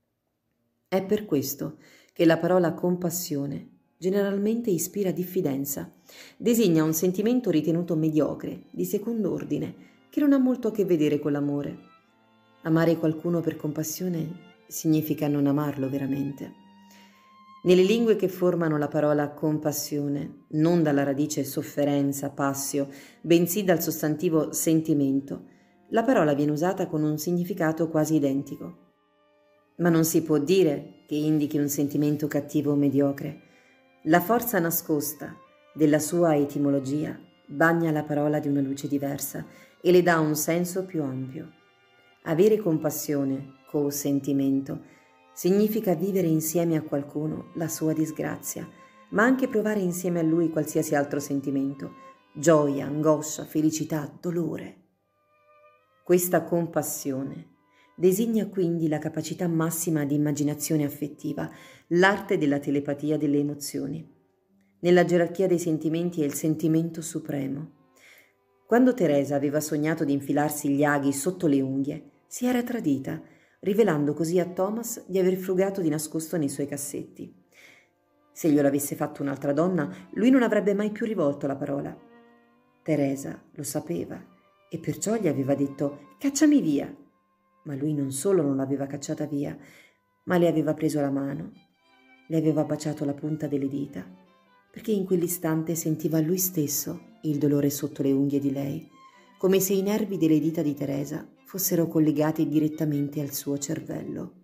È per questo che la parola compassione generalmente ispira diffidenza, designa un sentimento ritenuto mediocre, di secondo ordine, che non ha molto a che vedere con l'amore. Amare qualcuno per compassione significa non amarlo veramente. Nelle lingue che formano la parola compassione, non dalla radice sofferenza, passio, bensì dal sostantivo sentimento, la parola viene usata con un significato quasi identico. Ma non si può dire che indichi un sentimento cattivo o mediocre. La forza nascosta della sua etimologia bagna la parola di una luce diversa e le dà un senso più ampio. Avere compassione, co-sentimento, significa vivere insieme a qualcuno la sua disgrazia, ma anche provare insieme a lui qualsiasi altro sentimento, gioia, angoscia, felicità, dolore. Questa compassione designa quindi la capacità massima di immaginazione affettiva, l'arte della telepatia delle emozioni. Nella gerarchia dei sentimenti è il sentimento supremo. Quando Teresa aveva sognato di infilarsi gli aghi sotto le unghie, si era tradita, rivelando così a Thomas di aver frugato di nascosto nei suoi cassetti. Se glielo avesse fatto un'altra donna, lui non avrebbe mai più rivolto la parola. Teresa lo sapeva e perciò gli aveva detto «Cacciami via». ma lui non solo non l'aveva cacciata via, ma le aveva preso la mano, le aveva baciato la punta delle dita, perché in quell'istante sentiva lui stesso il dolore sotto le unghie di lei, come se i nervi delle dita di Teresa fossero collegati direttamente al suo cervello.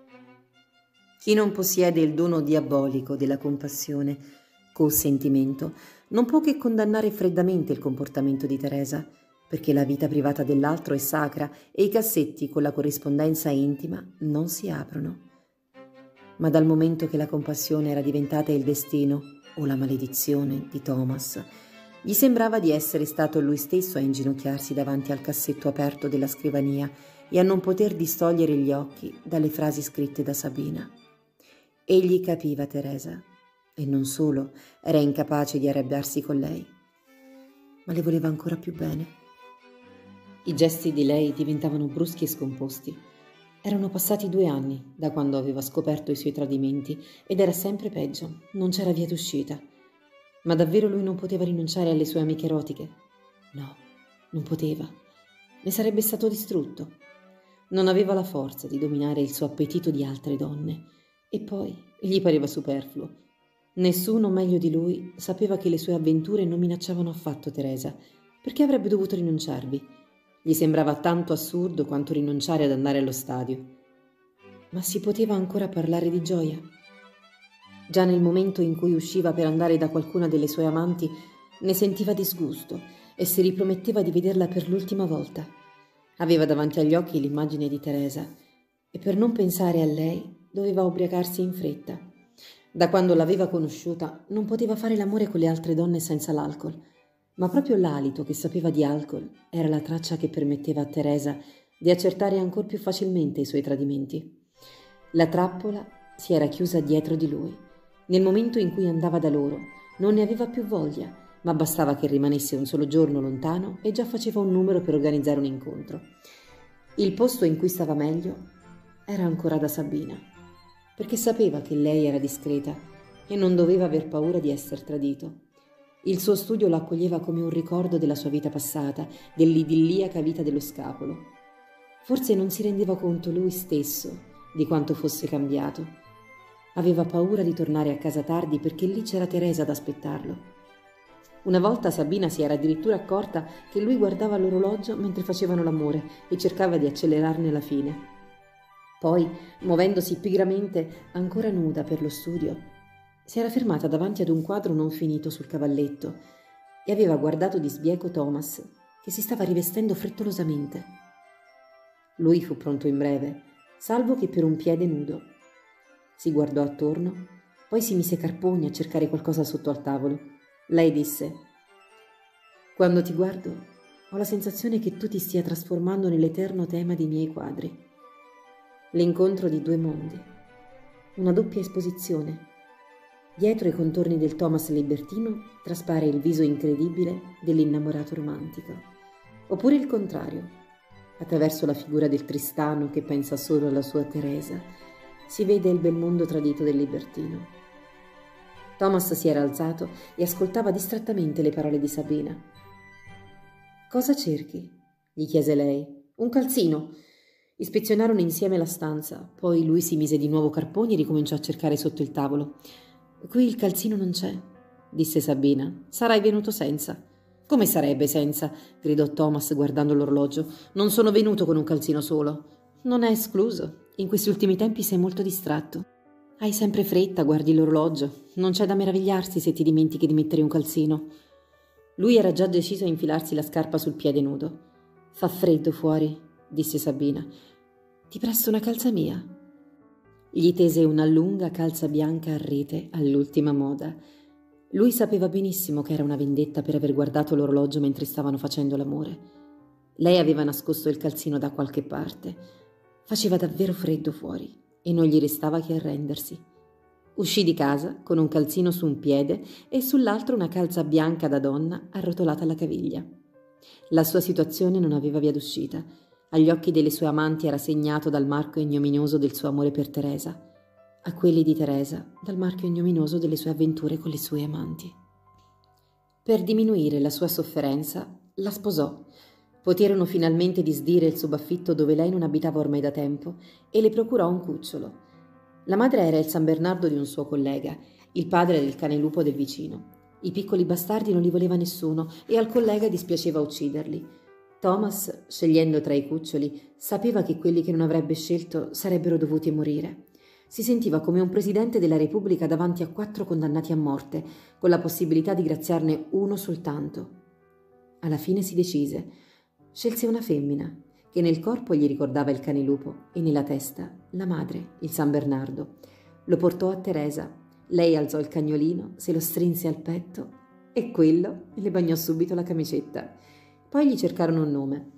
Chi non possiede il dono diabolico della compassione col sentimento non può che condannare freddamente il comportamento di Teresa, perché la vita privata dell'altro è sacra e i cassetti con la corrispondenza intima non si aprono. Ma dal momento che la compassione era diventata il destino o la maledizione di Thomas, gli sembrava di essere stato lui stesso a inginocchiarsi davanti al cassetto aperto della scrivania e a non poter distogliere gli occhi dalle frasi scritte da Sabina. Egli capiva Teresa e non solo era incapace di arrabbiarsi con lei, ma le voleva ancora più bene. I gesti di lei diventavano bruschi e scomposti. Erano passati due anni da quando aveva scoperto i suoi tradimenti ed era sempre peggio, non c'era via d'uscita. Ma davvero lui non poteva rinunciare alle sue amiche erotiche? No, non poteva. Ne sarebbe stato distrutto. Non aveva la forza di dominare il suo appetito di altre donne. E poi gli pareva superfluo. Nessuno meglio di lui sapeva che le sue avventure non minacciavano affatto Teresa, perché avrebbe dovuto rinunciarvi. Gli sembrava tanto assurdo quanto rinunciare ad andare allo stadio. Ma si poteva ancora parlare di gioia? Già nel momento in cui usciva per andare da qualcuna delle sue amanti, ne sentiva disgusto e si riprometteva di vederla per l'ultima volta. Aveva davanti agli occhi l'immagine di Teresa e per non pensare a lei doveva ubriacarsi in fretta. Da quando l'aveva conosciuta non poteva fare l'amore con le altre donne senza l'alcol, ma proprio l'alito che sapeva di alcol era la traccia che permetteva a Teresa di accertare ancor più facilmente i suoi tradimenti. La trappola si era chiusa dietro di lui. Nel momento in cui andava da loro non ne aveva più voglia, ma bastava che rimanesse un solo giorno lontano e già faceva un numero per organizzare un incontro. Il posto in cui stava meglio era ancora da Sabina, perché sapeva che lei era discreta e non doveva aver paura di essere tradito. Il suo studio lo accoglieva come un ricordo della sua vita passata, dell'idilliaca vita dello scapolo. Forse non si rendeva conto lui stesso di quanto fosse cambiato. Aveva paura di tornare a casa tardi perché lì c'era Teresa ad aspettarlo. Una volta Sabina si era addirittura accorta che lui guardava l'orologio mentre facevano l'amore e cercava di accelerarne la fine. Poi, muovendosi pigramente, ancora nuda per lo studio, si era fermata davanti ad un quadro non finito sul cavalletto e aveva guardato di sbieco Thomas, che si stava rivestendo frettolosamente. Lui fu pronto in breve, salvo che per un piede nudo. Si guardò attorno, poi si mise carponi a cercare qualcosa sotto al tavolo. Lei disse: «Quando ti guardo, ho la sensazione che tu ti stia trasformando nell'eterno tema dei miei quadri. L'incontro di due mondi, una doppia esposizione. Dietro i contorni del Thomas libertino traspare il viso incredibile dell'innamorato romantico. Oppure il contrario, attraverso la figura del Tristano che pensa solo alla sua Teresa, si vede il bel mondo tradito del libertino». Thomas si era alzato e ascoltava distrattamente le parole di Sabina. «Cosa cerchi?» gli chiese lei. «Un calzino». Ispezionarono insieme la stanza, poi lui si mise di nuovo carponi e ricominciò a cercare sotto il tavolo. «Qui il calzino non c'è», disse Sabina. «Sarai venuto senza». «Come sarebbe senza?» gridò Thomas guardando l'orologio. «Non sono venuto con un calzino solo». «Non è escluso. In questi ultimi tempi sei molto distratto. Hai sempre fretta, guardi l'orologio. Non c'è da meravigliarsi se ti dimentichi di mettere un calzino». Lui era già deciso a infilarsi la scarpa sul piede nudo. «Fa freddo fuori», disse Sabina. «Ti presto una calza mia?» Gli tese una lunga calza bianca a rete all'ultima moda. Lui sapeva benissimo che era una vendetta per aver guardato l'orologio mentre stavano facendo l'amore. Lei aveva nascosto il calzino da qualche parte. Faceva davvero freddo fuori e non gli restava che arrendersi. Uscì di casa con un calzino su un piede e sull'altro una calza bianca da donna arrotolata alla caviglia. La sua situazione non aveva via d'uscita. Agli occhi delle sue amanti era segnato dal marchio ignominioso del suo amore per Teresa, a quelli di Teresa dal marchio ignominioso delle sue avventure con le sue amanti. Per diminuire la sua sofferenza, la sposò. Poterono finalmente disdire il subaffitto dove lei non abitava ormai da tempo e le procurò un cucciolo. La madre era il San Bernardo di un suo collega, il padre del cane lupo del vicino. I piccoli bastardi non li voleva nessuno e al collega dispiaceva ucciderli. Thomas, scegliendo tra i cuccioli, sapeva che quelli che non avrebbe scelto sarebbero dovuti morire. Si sentiva come un presidente della Repubblica davanti a quattro condannati a morte, con la possibilità di graziarne uno soltanto. Alla fine si decise. Scelse una femmina, che nel corpo gli ricordava il cane lupo e nella testa la madre, il San Bernardo. Lo portò a Teresa. Lei alzò il cagnolino, se lo strinse al petto e quello le bagnò subito la camicetta. Poi gli cercarono un nome.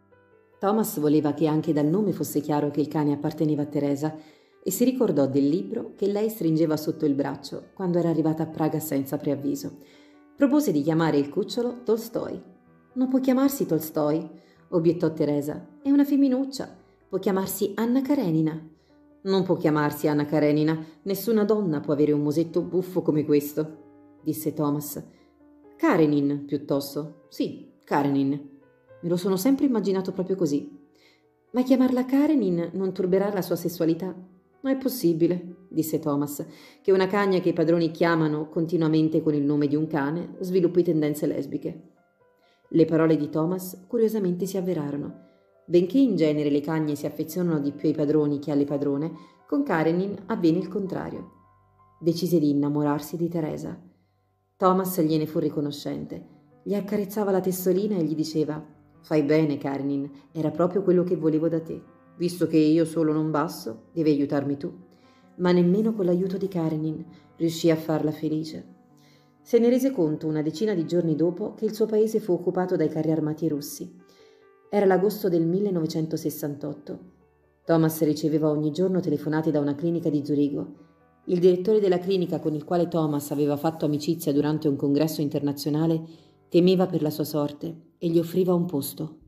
Thomas voleva che anche dal nome fosse chiaro che il cane apparteneva a Teresa e si ricordò del libro che lei stringeva sotto il braccio quando era arrivata a Praga senza preavviso. Propose di chiamare il cucciolo Tolstoi. «Non può chiamarsi Tolstoi», obiettò Teresa. «È una femminuccia. Può chiamarsi Anna Karenina». «Non può chiamarsi Anna Karenina. Nessuna donna può avere un musetto buffo come questo», disse Thomas. «Karenin, piuttosto. Sì, Karenin. Me lo sono sempre immaginato proprio così. Ma chiamarla Karenin non turberà la sua sessualità?» «Non è possibile», disse Thomas, «che una cagna che i padroni chiamano continuamente con il nome di un cane sviluppi tendenze lesbiche». Le parole di Thomas curiosamente si avverarono. Benché in genere le cagne si affezionano di più ai padroni che alle padrone, con Karenin avvenne il contrario. Decise di innamorarsi di Teresa. Thomas gliene fu riconoscente. Gli accarezzava la testolina e gli diceva: «Fai bene, Karenin, era proprio quello che volevo da te. Visto che io solo non basto, devi aiutarmi tu». Ma nemmeno con l'aiuto di Karenin riuscì a farla felice. Se ne rese conto una decina di giorni dopo che il suo paese fu occupato dai carri armati russi. Era l'agosto del millenovecentosessantotto. Thomas riceveva ogni giorno telefonate da una clinica di Zurigo. Il direttore della clinica, con il quale Thomas aveva fatto amicizia durante un congresso internazionale, temeva per la sua sorte e gli offriva un posto.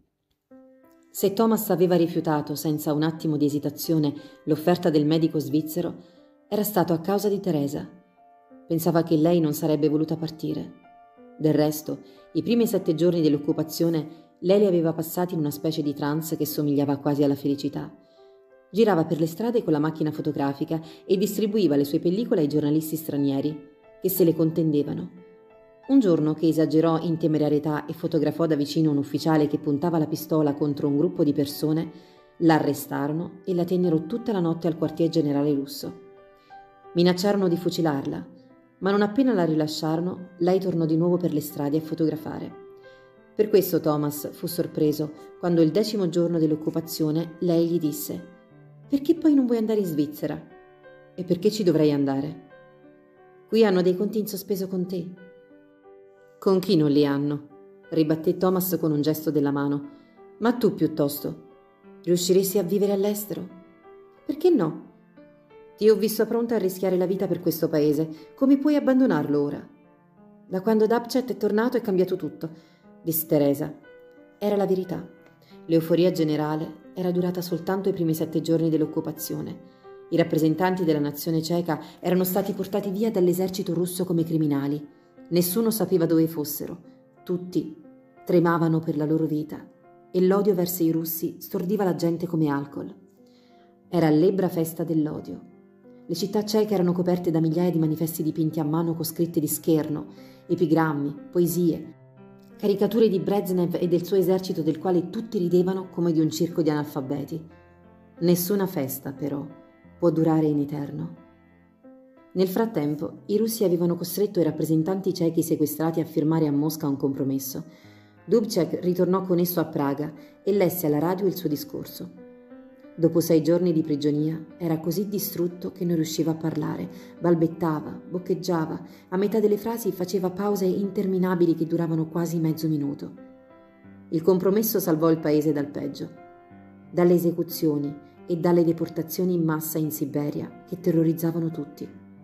Se Thomas aveva rifiutato senza un attimo di esitazione l'offerta del medico svizzero, era stato a causa di Teresa. Pensava che lei non sarebbe voluta partire. Del resto, i primi sette giorni dell'occupazione lei li aveva passati in una specie di trance che somigliava quasi alla felicità. Girava per le strade con la macchina fotografica e distribuiva le sue pellicole ai giornalisti stranieri, che se le contendevano. Un giorno che esagerò in temerarietà e fotografò da vicino un ufficiale che puntava la pistola contro un gruppo di persone, la arrestarono e la tennero tutta la notte al quartier generale russo. Minacciarono di fucilarla, ma non appena la rilasciarono, lei tornò di nuovo per le strade a fotografare. Per questo Thomas fu sorpreso quando il decimo giorno dell'occupazione lei gli disse: «Perché poi non vuoi andare in Svizzera?» «E perché ci dovrei andare?» «Qui hanno dei conti in sospeso con te». «Con chi non li hanno?» ribatté Thomas con un gesto della mano. «Ma tu piuttosto, riusciresti a vivere all'estero?» «Perché no? Ti ho visto pronta a rischiare la vita per questo paese. Come puoi abbandonarlo ora?» «Da quando Dubček è tornato è cambiato tutto», disse Teresa. Era la verità. L'euforia generale era durata soltanto i primi sette giorni dell'occupazione. I rappresentanti della nazione ceca erano stati portati via dall'esercito russo come criminali. Nessuno sapeva dove fossero. Tutti tremavano per la loro vita e l'odio verso i russi stordiva la gente come alcol. Era l'ebbra festa dell'odio. Le città ceche erano coperte da migliaia di manifesti dipinti a mano con scritte di scherno, epigrammi, poesie, caricature di Brezhnev e del suo esercito del quale tutti ridevano come di un circo di analfabeti. Nessuna festa, però, può durare in eterno. Nel frattempo, i russi avevano costretto i rappresentanti cechi sequestrati a firmare a Mosca un compromesso. Dubček ritornò con esso a Praga e lesse alla radio il suo discorso. Dopo sei giorni di prigionia era così distrutto che non riusciva a parlare, balbettava, boccheggiava, a metà delle frasi faceva pause interminabili che duravano quasi mezzo minuto. Il compromesso salvò il paese dal peggio, dalle esecuzioni e dalle deportazioni in massa in Siberia che terrorizzavano tutti.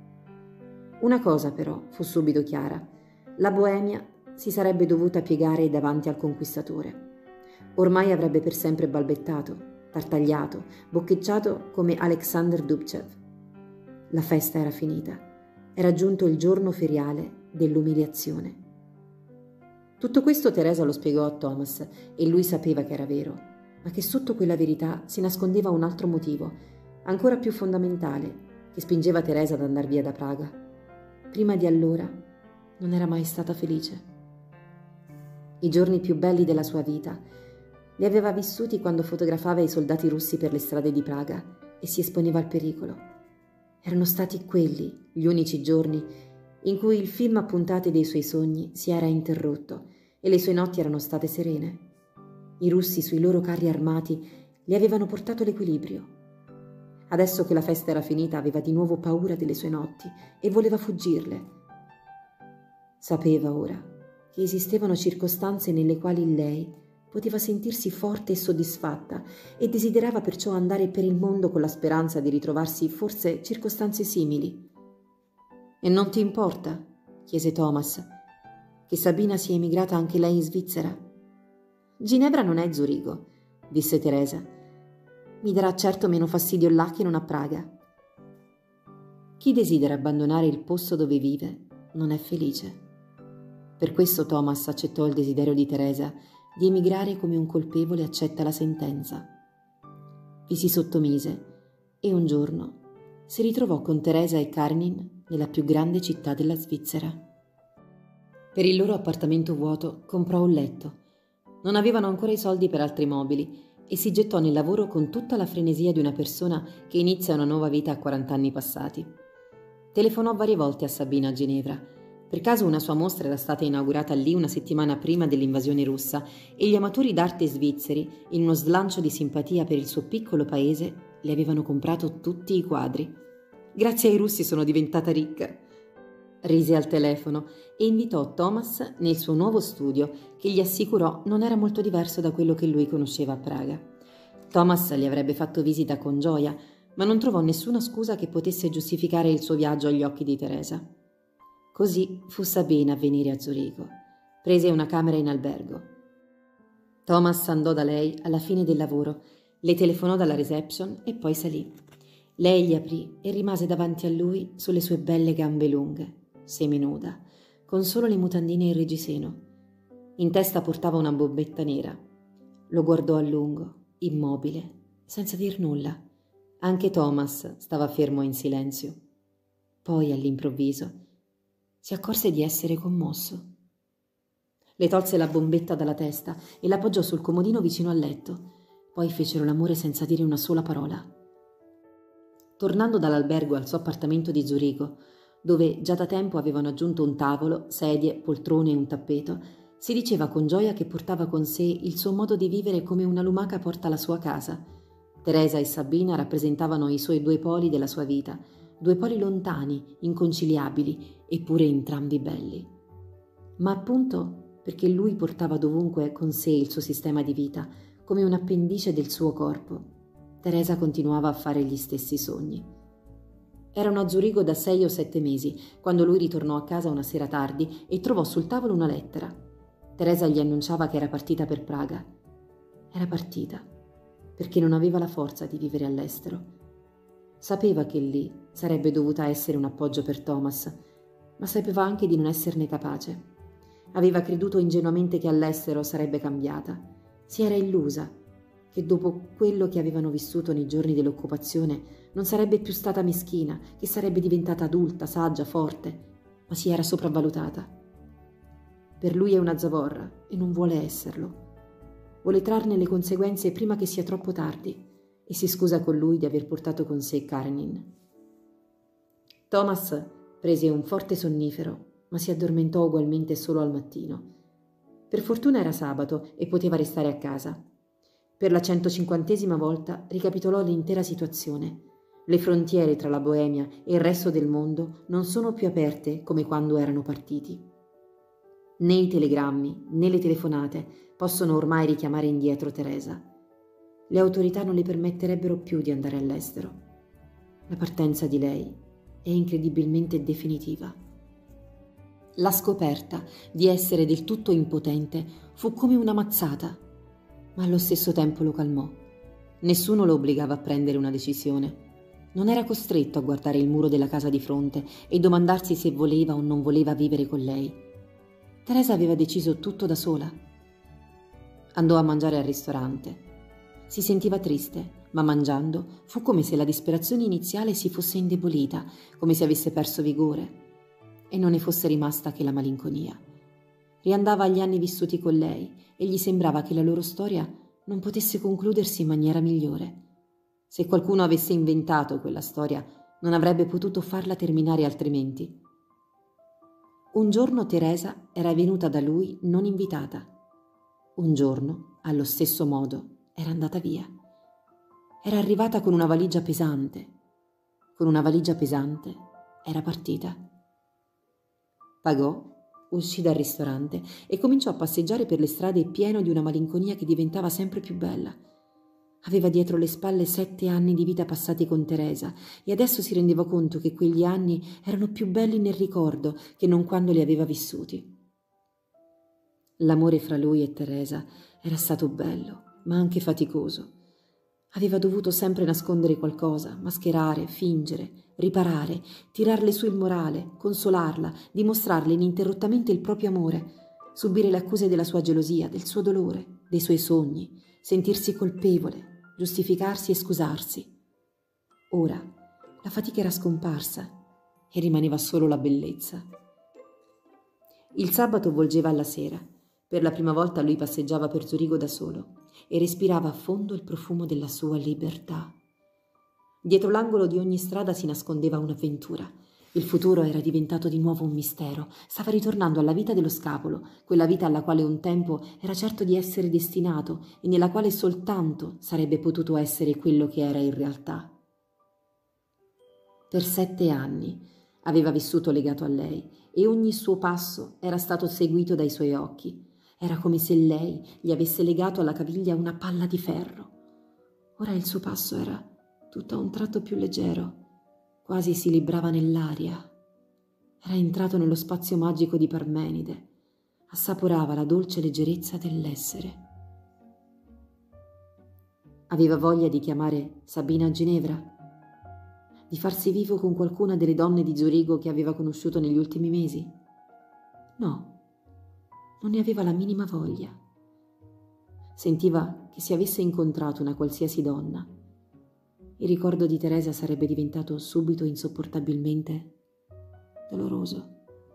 Una cosa però fu subito chiara: la Boemia si sarebbe dovuta piegare davanti al conquistatore. Ormai avrebbe per sempre balbettato, tartagliato, boccheggiato come Alexander Dubček. La festa era finita. Era giunto il giorno feriale dell'umiliazione. Tutto questo Teresa lo spiegò a Thomas e lui sapeva che era vero, ma che sotto quella verità si nascondeva un altro motivo, ancora più fondamentale, che spingeva Teresa ad andar via da Praga. Prima di allora non era mai stata felice. I giorni più belli della sua vita li aveva vissuti quando fotografava i soldati russi per le strade di Praga e si esponeva al pericolo. Erano stati quelli gli unici giorni in cui il film a puntate dei suoi sogni si era interrotto e le sue notti erano state serene. I russi sui loro carri armati gli avevano portato l'equilibrio. Adesso che la festa era finita aveva di nuovo paura delle sue notti e voleva fuggirle. Sapeva ora che esistevano circostanze nelle quali lei poteva sentirsi forte e soddisfatta e desiderava perciò andare per il mondo con la speranza di ritrovarsi forse circostanze simili. «E non ti importa?» chiese Thomas, «che Sabina sia emigrata anche lei in Svizzera?» «Ginevra non è Zurigo», disse Teresa. «Mi darà certo meno fastidio là che non a Praga». Chi desidera abbandonare il posto dove vive non è felice. Per questo Thomas accettò il desiderio di Teresa di emigrare come un colpevole accetta la sentenza. Vi si sottomise e un giorno si ritrovò con Teresa e Karenin nella più grande città della Svizzera. Per il loro appartamento vuoto comprò un letto. Non avevano ancora i soldi per altri mobili e si gettò nel lavoro con tutta la frenesia di una persona che inizia una nuova vita a quarant'anni passati. Telefonò varie volte a Sabina a Ginevra. Per caso una sua mostra era stata inaugurata lì una settimana prima dell'invasione russa e gli amatori d'arte svizzeri, in uno slancio di simpatia per il suo piccolo paese, le avevano comprato tutti i quadri. «Grazie ai russi sono diventata ricca», rise al telefono e invitò Thomas nel suo nuovo studio, che gli assicurò non era molto diverso da quello che lui conosceva a Praga. Thomas gli avrebbe fatto visita con gioia, ma non trovò nessuna scusa che potesse giustificare il suo viaggio agli occhi di Teresa. Così fu Sabina a venire a Zurigo. Prese una camera in albergo. Thomas andò da lei alla fine del lavoro, le telefonò dalla reception e poi salì. Lei gli aprì e rimase davanti a lui sulle sue belle gambe lunghe, seminuda, con solo le mutandine in reggiseno. In testa portava una bombetta nera. Lo guardò a lungo, immobile, senza dir nulla. Anche Thomas stava fermo in silenzio. Poi, all'improvviso, si accorse di essere commosso. Le tolse la bombetta dalla testa e la appoggiò sul comodino vicino al letto. Poi fecero l'amore senza dire una sola parola. Tornando dall'albergo al suo appartamento di Zurigo, dove già da tempo avevano aggiunto un tavolo, sedie, poltrone e un tappeto, si diceva con gioia che portava con sé il suo modo di vivere come una lumaca porta la sua casa. Teresa e Sabina rappresentavano i suoi due poli della sua vita, due poli lontani, inconciliabili, eppure entrambi belli. Ma appunto perché lui portava dovunque con sé il suo sistema di vita, come un appendice del suo corpo, Teresa continuava a fare gli stessi sogni. Erano a Zurigo da sei o sette mesi, quando lui ritornò a casa una sera tardi e trovò sul tavolo una lettera. Teresa gli annunciava che era partita per Praga. Era partita perché non aveva la forza di vivere all'estero. Sapeva che lì sarebbe dovuta essere un appoggio per Thomas, ma sapeva anche di non esserne capace. Aveva creduto ingenuamente che all'estero sarebbe cambiata. Si era illusa che dopo quello che avevano vissuto nei giorni dell'occupazione non sarebbe più stata meschina, che sarebbe diventata adulta, saggia, forte, ma si era sopravvalutata. Per lui è una zavorra e non vuole esserlo. Vuole trarne le conseguenze prima che sia troppo tardi e si scusa con lui di aver portato con sé Karenin. Thomas prese un forte sonnifero, ma si addormentò ugualmente solo al mattino. Per fortuna era sabato e poteva restare a casa. Per la centocinquantesima volta ricapitolò l'intera situazione. Le frontiere tra la Boemia e il resto del mondo non sono più aperte come quando erano partiti. Né i telegrammi né le telefonate possono ormai richiamare indietro Teresa. Le autorità non le permetterebbero più di andare all'estero. La partenza di lei è incredibilmente definitiva. La scoperta di essere del tutto impotente fu come una mazzata, ma allo stesso tempo lo calmò. Nessuno lo obbligava a prendere una decisione. Non era costretto a guardare il muro della casa di fronte e domandarsi se voleva o non voleva vivere con lei. Teresa aveva deciso tutto da sola. Andò a mangiare al ristorante. Si sentiva triste, ma mangiando fu come se la disperazione iniziale si fosse indebolita, come se avesse perso vigore, e non ne fosse rimasta che la malinconia. Riandava agli anni vissuti con lei e gli sembrava che la loro storia non potesse concludersi in maniera migliore. Se qualcuno avesse inventato quella storia, non avrebbe potuto farla terminare altrimenti. Un giorno Teresa era venuta da lui non invitata. Un giorno, allo stesso modo, era andata via. Era arrivata con una valigia pesante. Con una valigia pesante era partita. Pagò, uscì dal ristorante e cominciò a passeggiare per le strade pieno di una malinconia che diventava sempre più bella. Aveva dietro le spalle sette anni di vita passati con Teresa e adesso si rendeva conto che quegli anni erano più belli nel ricordo che non quando li aveva vissuti. L'amore fra lui e Teresa era stato bello, ma anche faticoso. Aveva dovuto sempre nascondere qualcosa, mascherare, fingere, riparare, tirarle su il morale, consolarla, dimostrarle ininterrottamente il proprio amore, subire le accuse della sua gelosia, del suo dolore, dei suoi sogni, sentirsi colpevole, giustificarsi e scusarsi. Ora la fatica era scomparsa e rimaneva solo la bellezza. Il sabato volgeva alla sera. Per la prima volta lui passeggiava per Zurigo da solo e respirava a fondo il profumo della sua libertà. Dietro l'angolo di ogni strada si nascondeva un'avventura. Il futuro era diventato di nuovo un mistero. Stava ritornando alla vita dello scapolo, quella vita alla quale un tempo era certo di essere destinato e nella quale soltanto sarebbe potuto essere quello che era in realtà. Per sette anni aveva vissuto legato a lei e ogni suo passo era stato seguito dai suoi occhi. Era come se lei gli avesse legato alla caviglia una palla di ferro. Ora il suo passo era tutto a un tratto più leggero. Quasi si librava nell'aria. Era entrato nello spazio magico di Parmenide. Assaporava la dolce leggerezza dell'essere. Aveva voglia di chiamare Sabina a Ginevra, di farsi vivo con qualcuna delle donne di Zurigo che aveva conosciuto negli ultimi mesi? No, non ne aveva la minima voglia. Sentiva che se avesse incontrato una qualsiasi donna, il ricordo di Teresa sarebbe diventato subito insopportabilmente doloroso.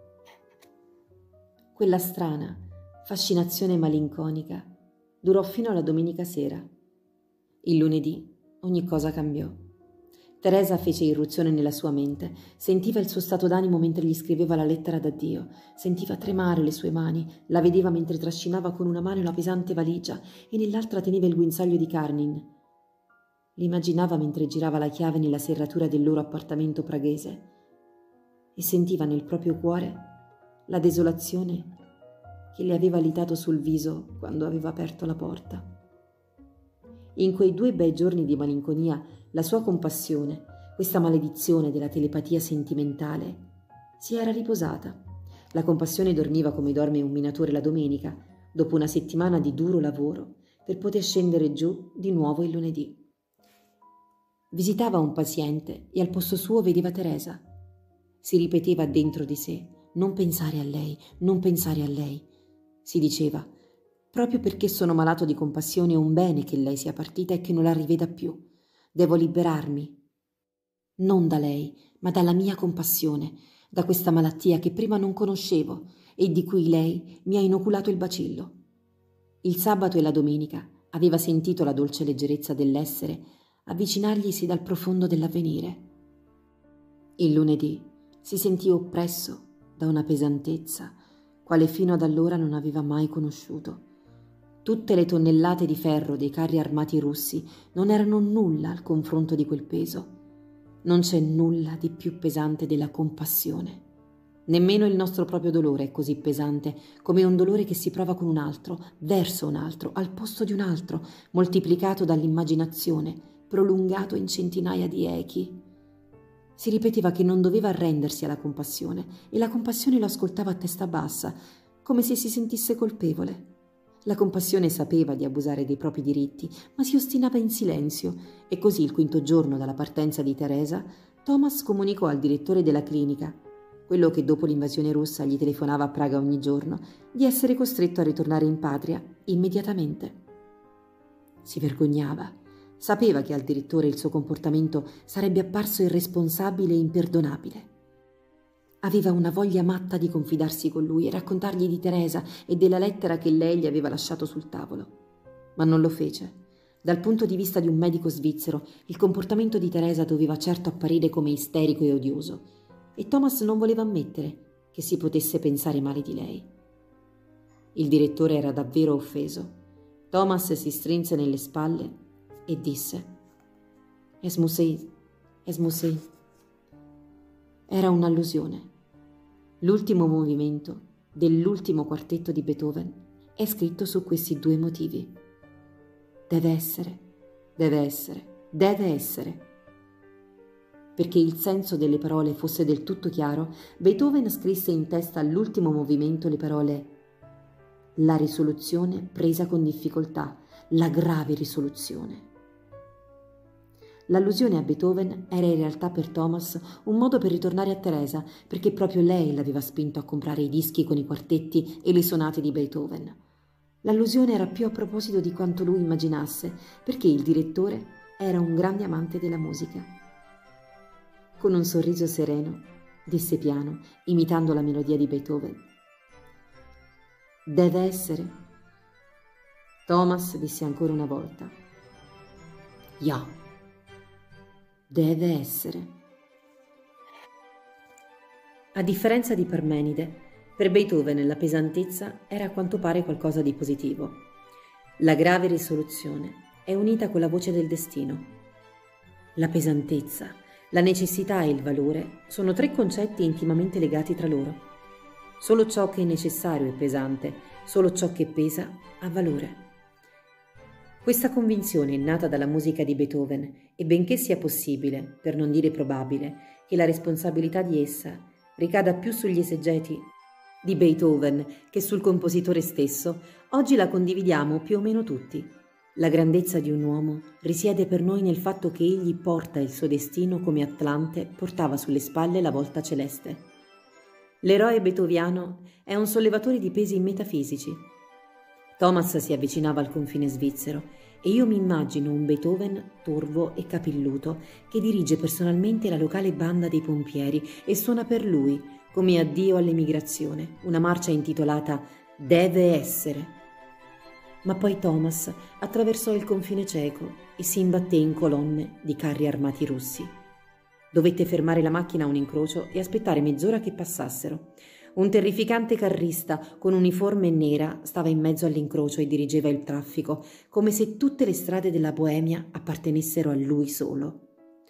Quella strana fascinazione malinconica durò fino alla domenica sera. Il lunedì ogni cosa cambiò. Teresa fece irruzione nella sua mente, sentiva il suo stato d'animo mentre gli scriveva la lettera d'addio, sentiva tremare le sue mani, la vedeva mentre trascinava con una mano la pesante valigia e nell'altra teneva il guinzaglio di Carnin. L'immaginava mentre girava la chiave nella serratura del loro appartamento praghese e sentiva nel proprio cuore la desolazione che le aveva alitato sul viso quando aveva aperto la porta. In quei due bei giorni di malinconia la sua compassione, questa maledizione della telepatia sentimentale, si era riposata. La compassione dormiva come dorme un minatore la domenica, dopo una settimana di duro lavoro, per poter scendere giù di nuovo il lunedì. Visitava un paziente e al posto suo vedeva Teresa. Si ripeteva dentro di sé: non pensare a lei, non pensare a lei. Si diceva: proprio perché sono malato di compassione è un bene che lei sia partita e che non la riveda più. Devo liberarmi, non da lei, ma dalla mia compassione, da questa malattia che prima non conoscevo e di cui lei mi ha inoculato il bacillo. Il sabato e la domenica aveva sentito la dolce leggerezza dell'essere avvicinarglisi dal profondo dell'avvenire. Il lunedì si sentì oppresso da una pesantezza quale fino ad allora non aveva mai conosciuto. Tutte le tonnellate di ferro dei carri armati russi non erano nulla al confronto di quel peso. Non c'è nulla di più pesante della compassione. Nemmeno il nostro proprio dolore è così pesante come un dolore che si prova con un altro, verso un altro, al posto di un altro, moltiplicato dall'immaginazione, prolungato in centinaia di echi. Si ripeteva che non doveva arrendersi alla compassione e la compassione lo ascoltava a testa bassa, come se si sentisse colpevole. La compassione sapeva di abusare dei propri diritti, ma si ostinava in silenzio e così il quinto giorno dalla partenza di Teresa, Thomas comunicò al direttore della clinica: quello che dopo l'invasione russa gli telefonava a Praga ogni giorno, di essere costretto a ritornare in patria immediatamente. Si vergognava. Sapeva che al direttore il suo comportamento sarebbe apparso irresponsabile e imperdonabile. Aveva una voglia matta di confidarsi con lui e raccontargli di Teresa e della lettera che lei gli aveva lasciato sul tavolo. Ma non lo fece. Dal punto di vista di un medico svizzero, il comportamento di Teresa doveva certo apparire come isterico e odioso, e Thomas non voleva ammettere che si potesse pensare male di lei. Il direttore era davvero offeso. Thomas si strinse nelle spalle e disse: Es muss sein, es muss sein. Era un'allusione. L'ultimo movimento dell'ultimo quartetto di Beethoven è scritto su questi due motivi. Deve essere, deve essere, deve essere. Perché il senso delle parole fosse del tutto chiaro, Beethoven scrisse in testa all'ultimo movimento le parole «La risoluzione presa con difficoltà, la grave risoluzione». L'allusione a Beethoven era in realtà per Thomas un modo per ritornare a Teresa, perché proprio lei l'aveva spinto a comprare i dischi con i quartetti e le sonate di Beethoven. L'allusione era più a proposito di quanto lui immaginasse, perché il direttore era un grande amante della musica. Con un sorriso sereno, disse piano, imitando la melodia di Beethoven: «Deve essere». Thomas disse ancora una volta: «Ja». Deve essere. A differenza di Parmenide, per Beethoven la pesantezza era a quanto pare qualcosa di positivo. La grave risoluzione è unita con la voce del destino. La pesantezza, la necessità e il valore sono tre concetti intimamente legati tra loro. Solo ciò che è necessario è pesante, solo ciò che pesa ha valore. Questa convinzione è nata dalla musica di Beethoven e benché sia possibile, per non dire probabile, che la responsabilità di essa ricada più sugli esegeti di Beethoven che sul compositore stesso, oggi la condividiamo più o meno tutti. La grandezza di un uomo risiede per noi nel fatto che egli porta il suo destino come Atlante portava sulle spalle la volta celeste. L'eroe beethoviano è un sollevatore di pesi metafisici. Thomas si avvicinava al confine svizzero e io mi immagino un Beethoven torvo e capilluto che dirige personalmente la locale banda dei pompieri e suona per lui, come addio all'emigrazione, una marcia intitolata «Deve essere». Ma poi Thomas attraversò il confine ceco e si imbatté in colonne di carri armati russi. Dovette fermare la macchina a un incrocio e aspettare mezz'ora che passassero. Un terrificante carrista con uniforme nera stava in mezzo all'incrocio e dirigeva il traffico, come se tutte le strade della Boemia appartenessero a lui solo.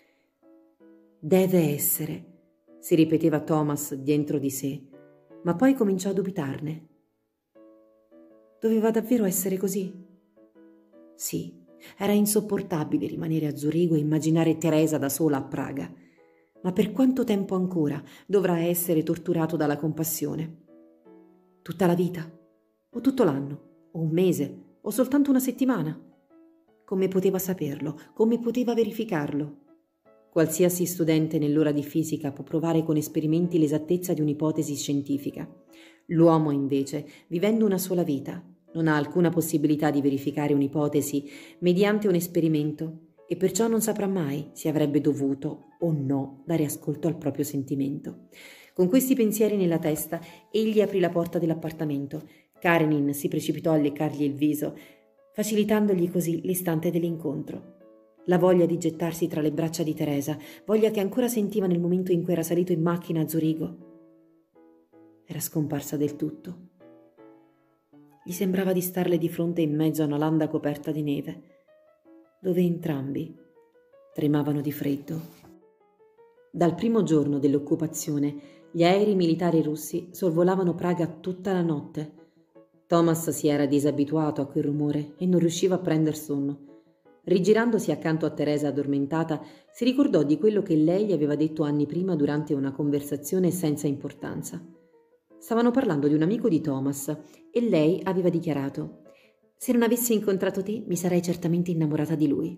Deve essere, si ripeteva Thomas dentro di sé, ma poi cominciò a dubitarne. Doveva davvero essere così? Sì, era insopportabile rimanere a Zurigo e immaginare Teresa da sola a Praga. Ma per quanto tempo ancora dovrà essere torturato dalla compassione? Tutta la vita? O tutto l'anno? O un mese? O soltanto una settimana? Come poteva saperlo? Come poteva verificarlo? Qualsiasi studente nell'ora di fisica può provare con esperimenti l'esattezza di un'ipotesi scientifica. L'uomo, invece, vivendo una sola vita, non ha alcuna possibilità di verificare un'ipotesi mediante un esperimento e perciò non saprà mai se avrebbe dovuto o no dare ascolto al proprio sentimento. Con questi pensieri nella testa, egli aprì la porta dell'appartamento. Karenin si precipitò a leccargli il viso, facilitandogli così l'istante dell'incontro. La voglia di gettarsi tra le braccia di Teresa, voglia che ancora sentiva nel momento in cui era salito in macchina a Zurigo, era scomparsa del tutto. Gli sembrava di starle di fronte in mezzo a una landa coperta di neve, dove entrambi tremavano di freddo. Dal primo giorno dell'occupazione, gli aerei militari russi sorvolavano Praga tutta la notte. Thomas si era disabituato a quel rumore e non riusciva a prender sonno. Rigirandosi accanto a Teresa addormentata, si ricordò di quello che lei gli aveva detto anni prima durante una conversazione senza importanza. Stavano parlando di un amico di Thomas e lei aveva dichiarato: «Se non avessi incontrato te, mi sarei certamente innamorata di lui».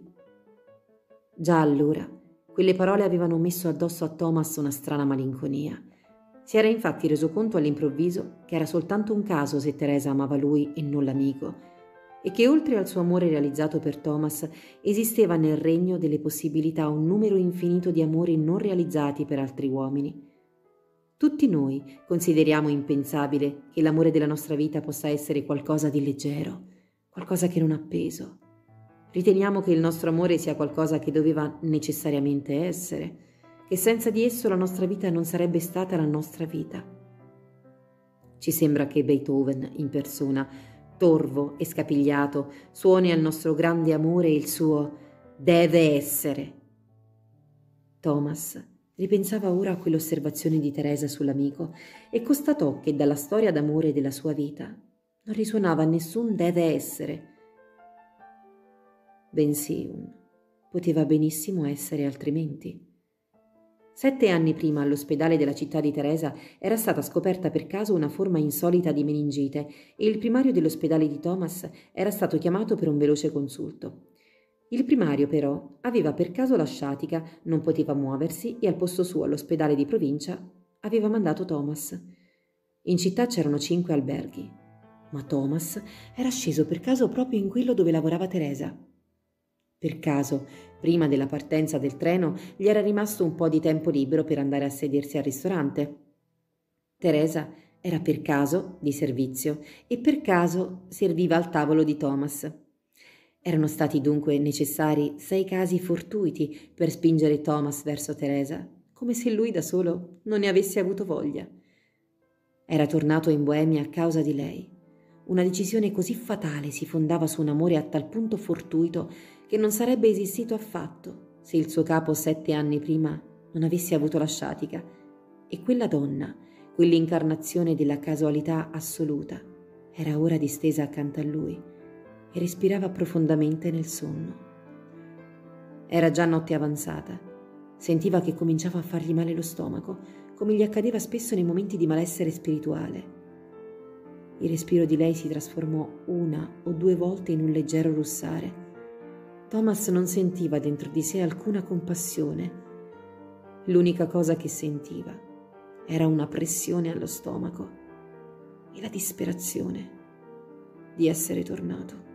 Già allora, quelle parole avevano messo addosso a Thomas una strana malinconia. Si era infatti reso conto all'improvviso che era soltanto un caso se Teresa amava lui e non l'amico, e che oltre al suo amore realizzato per Thomas esisteva nel regno delle possibilità un numero infinito di amori non realizzati per altri uomini. Tutti noi consideriamo impensabile che l'amore della nostra vita possa essere qualcosa di leggero, qualcosa che non ha peso. Riteniamo che il nostro amore sia qualcosa che doveva necessariamente essere, che senza di esso la nostra vita non sarebbe stata la nostra vita. Ci sembra che Beethoven in persona, torvo e scapigliato, suoni al nostro grande amore il suo «deve essere». Thomas ripensava ora a quell'osservazione di Teresa sull'amico e constatò che dalla storia d'amore della sua vita non risuonava nessun «deve essere», bensì un «poteva benissimo essere altrimenti». Sette anni prima all'ospedale della città di Teresa era stata scoperta per caso una forma insolita di meningite e il primario dell'ospedale di Thomas era stato chiamato per un veloce consulto. Il primario però aveva per caso la sciatica, non poteva muoversi e al posto suo all'ospedale di provincia aveva mandato Thomas. In città c'erano cinque alberghi, ma Thomas era sceso per caso proprio in quello dove lavorava Teresa. Per caso, prima della partenza del treno, gli era rimasto un po' di tempo libero per andare a sedersi al ristorante. Teresa era per caso di servizio e per caso serviva al tavolo di Thomas. Erano stati dunque necessari sei casi fortuiti per spingere Thomas verso Teresa, come se lui da solo non ne avesse avuto voglia. Era tornato in Boemia a causa di lei. Una decisione così fatale si fondava su un amore a tal punto fortuito che non sarebbe esistito affatto se il suo capo sette anni prima non avesse avuto la sciatica. E quella donna, quell'incarnazione della casualità assoluta, era ora distesa accanto a lui e respirava profondamente nel sonno. Era già notte avanzata. Sentiva che cominciava a fargli male lo stomaco, come gli accadeva spesso nei momenti di malessere spirituale. Il respiro di lei si trasformò una o due volte in un leggero russare. Thomas non sentiva dentro di sé alcuna compassione. L'unica cosa che sentiva era una pressione allo stomaco e la disperazione di essere tornato.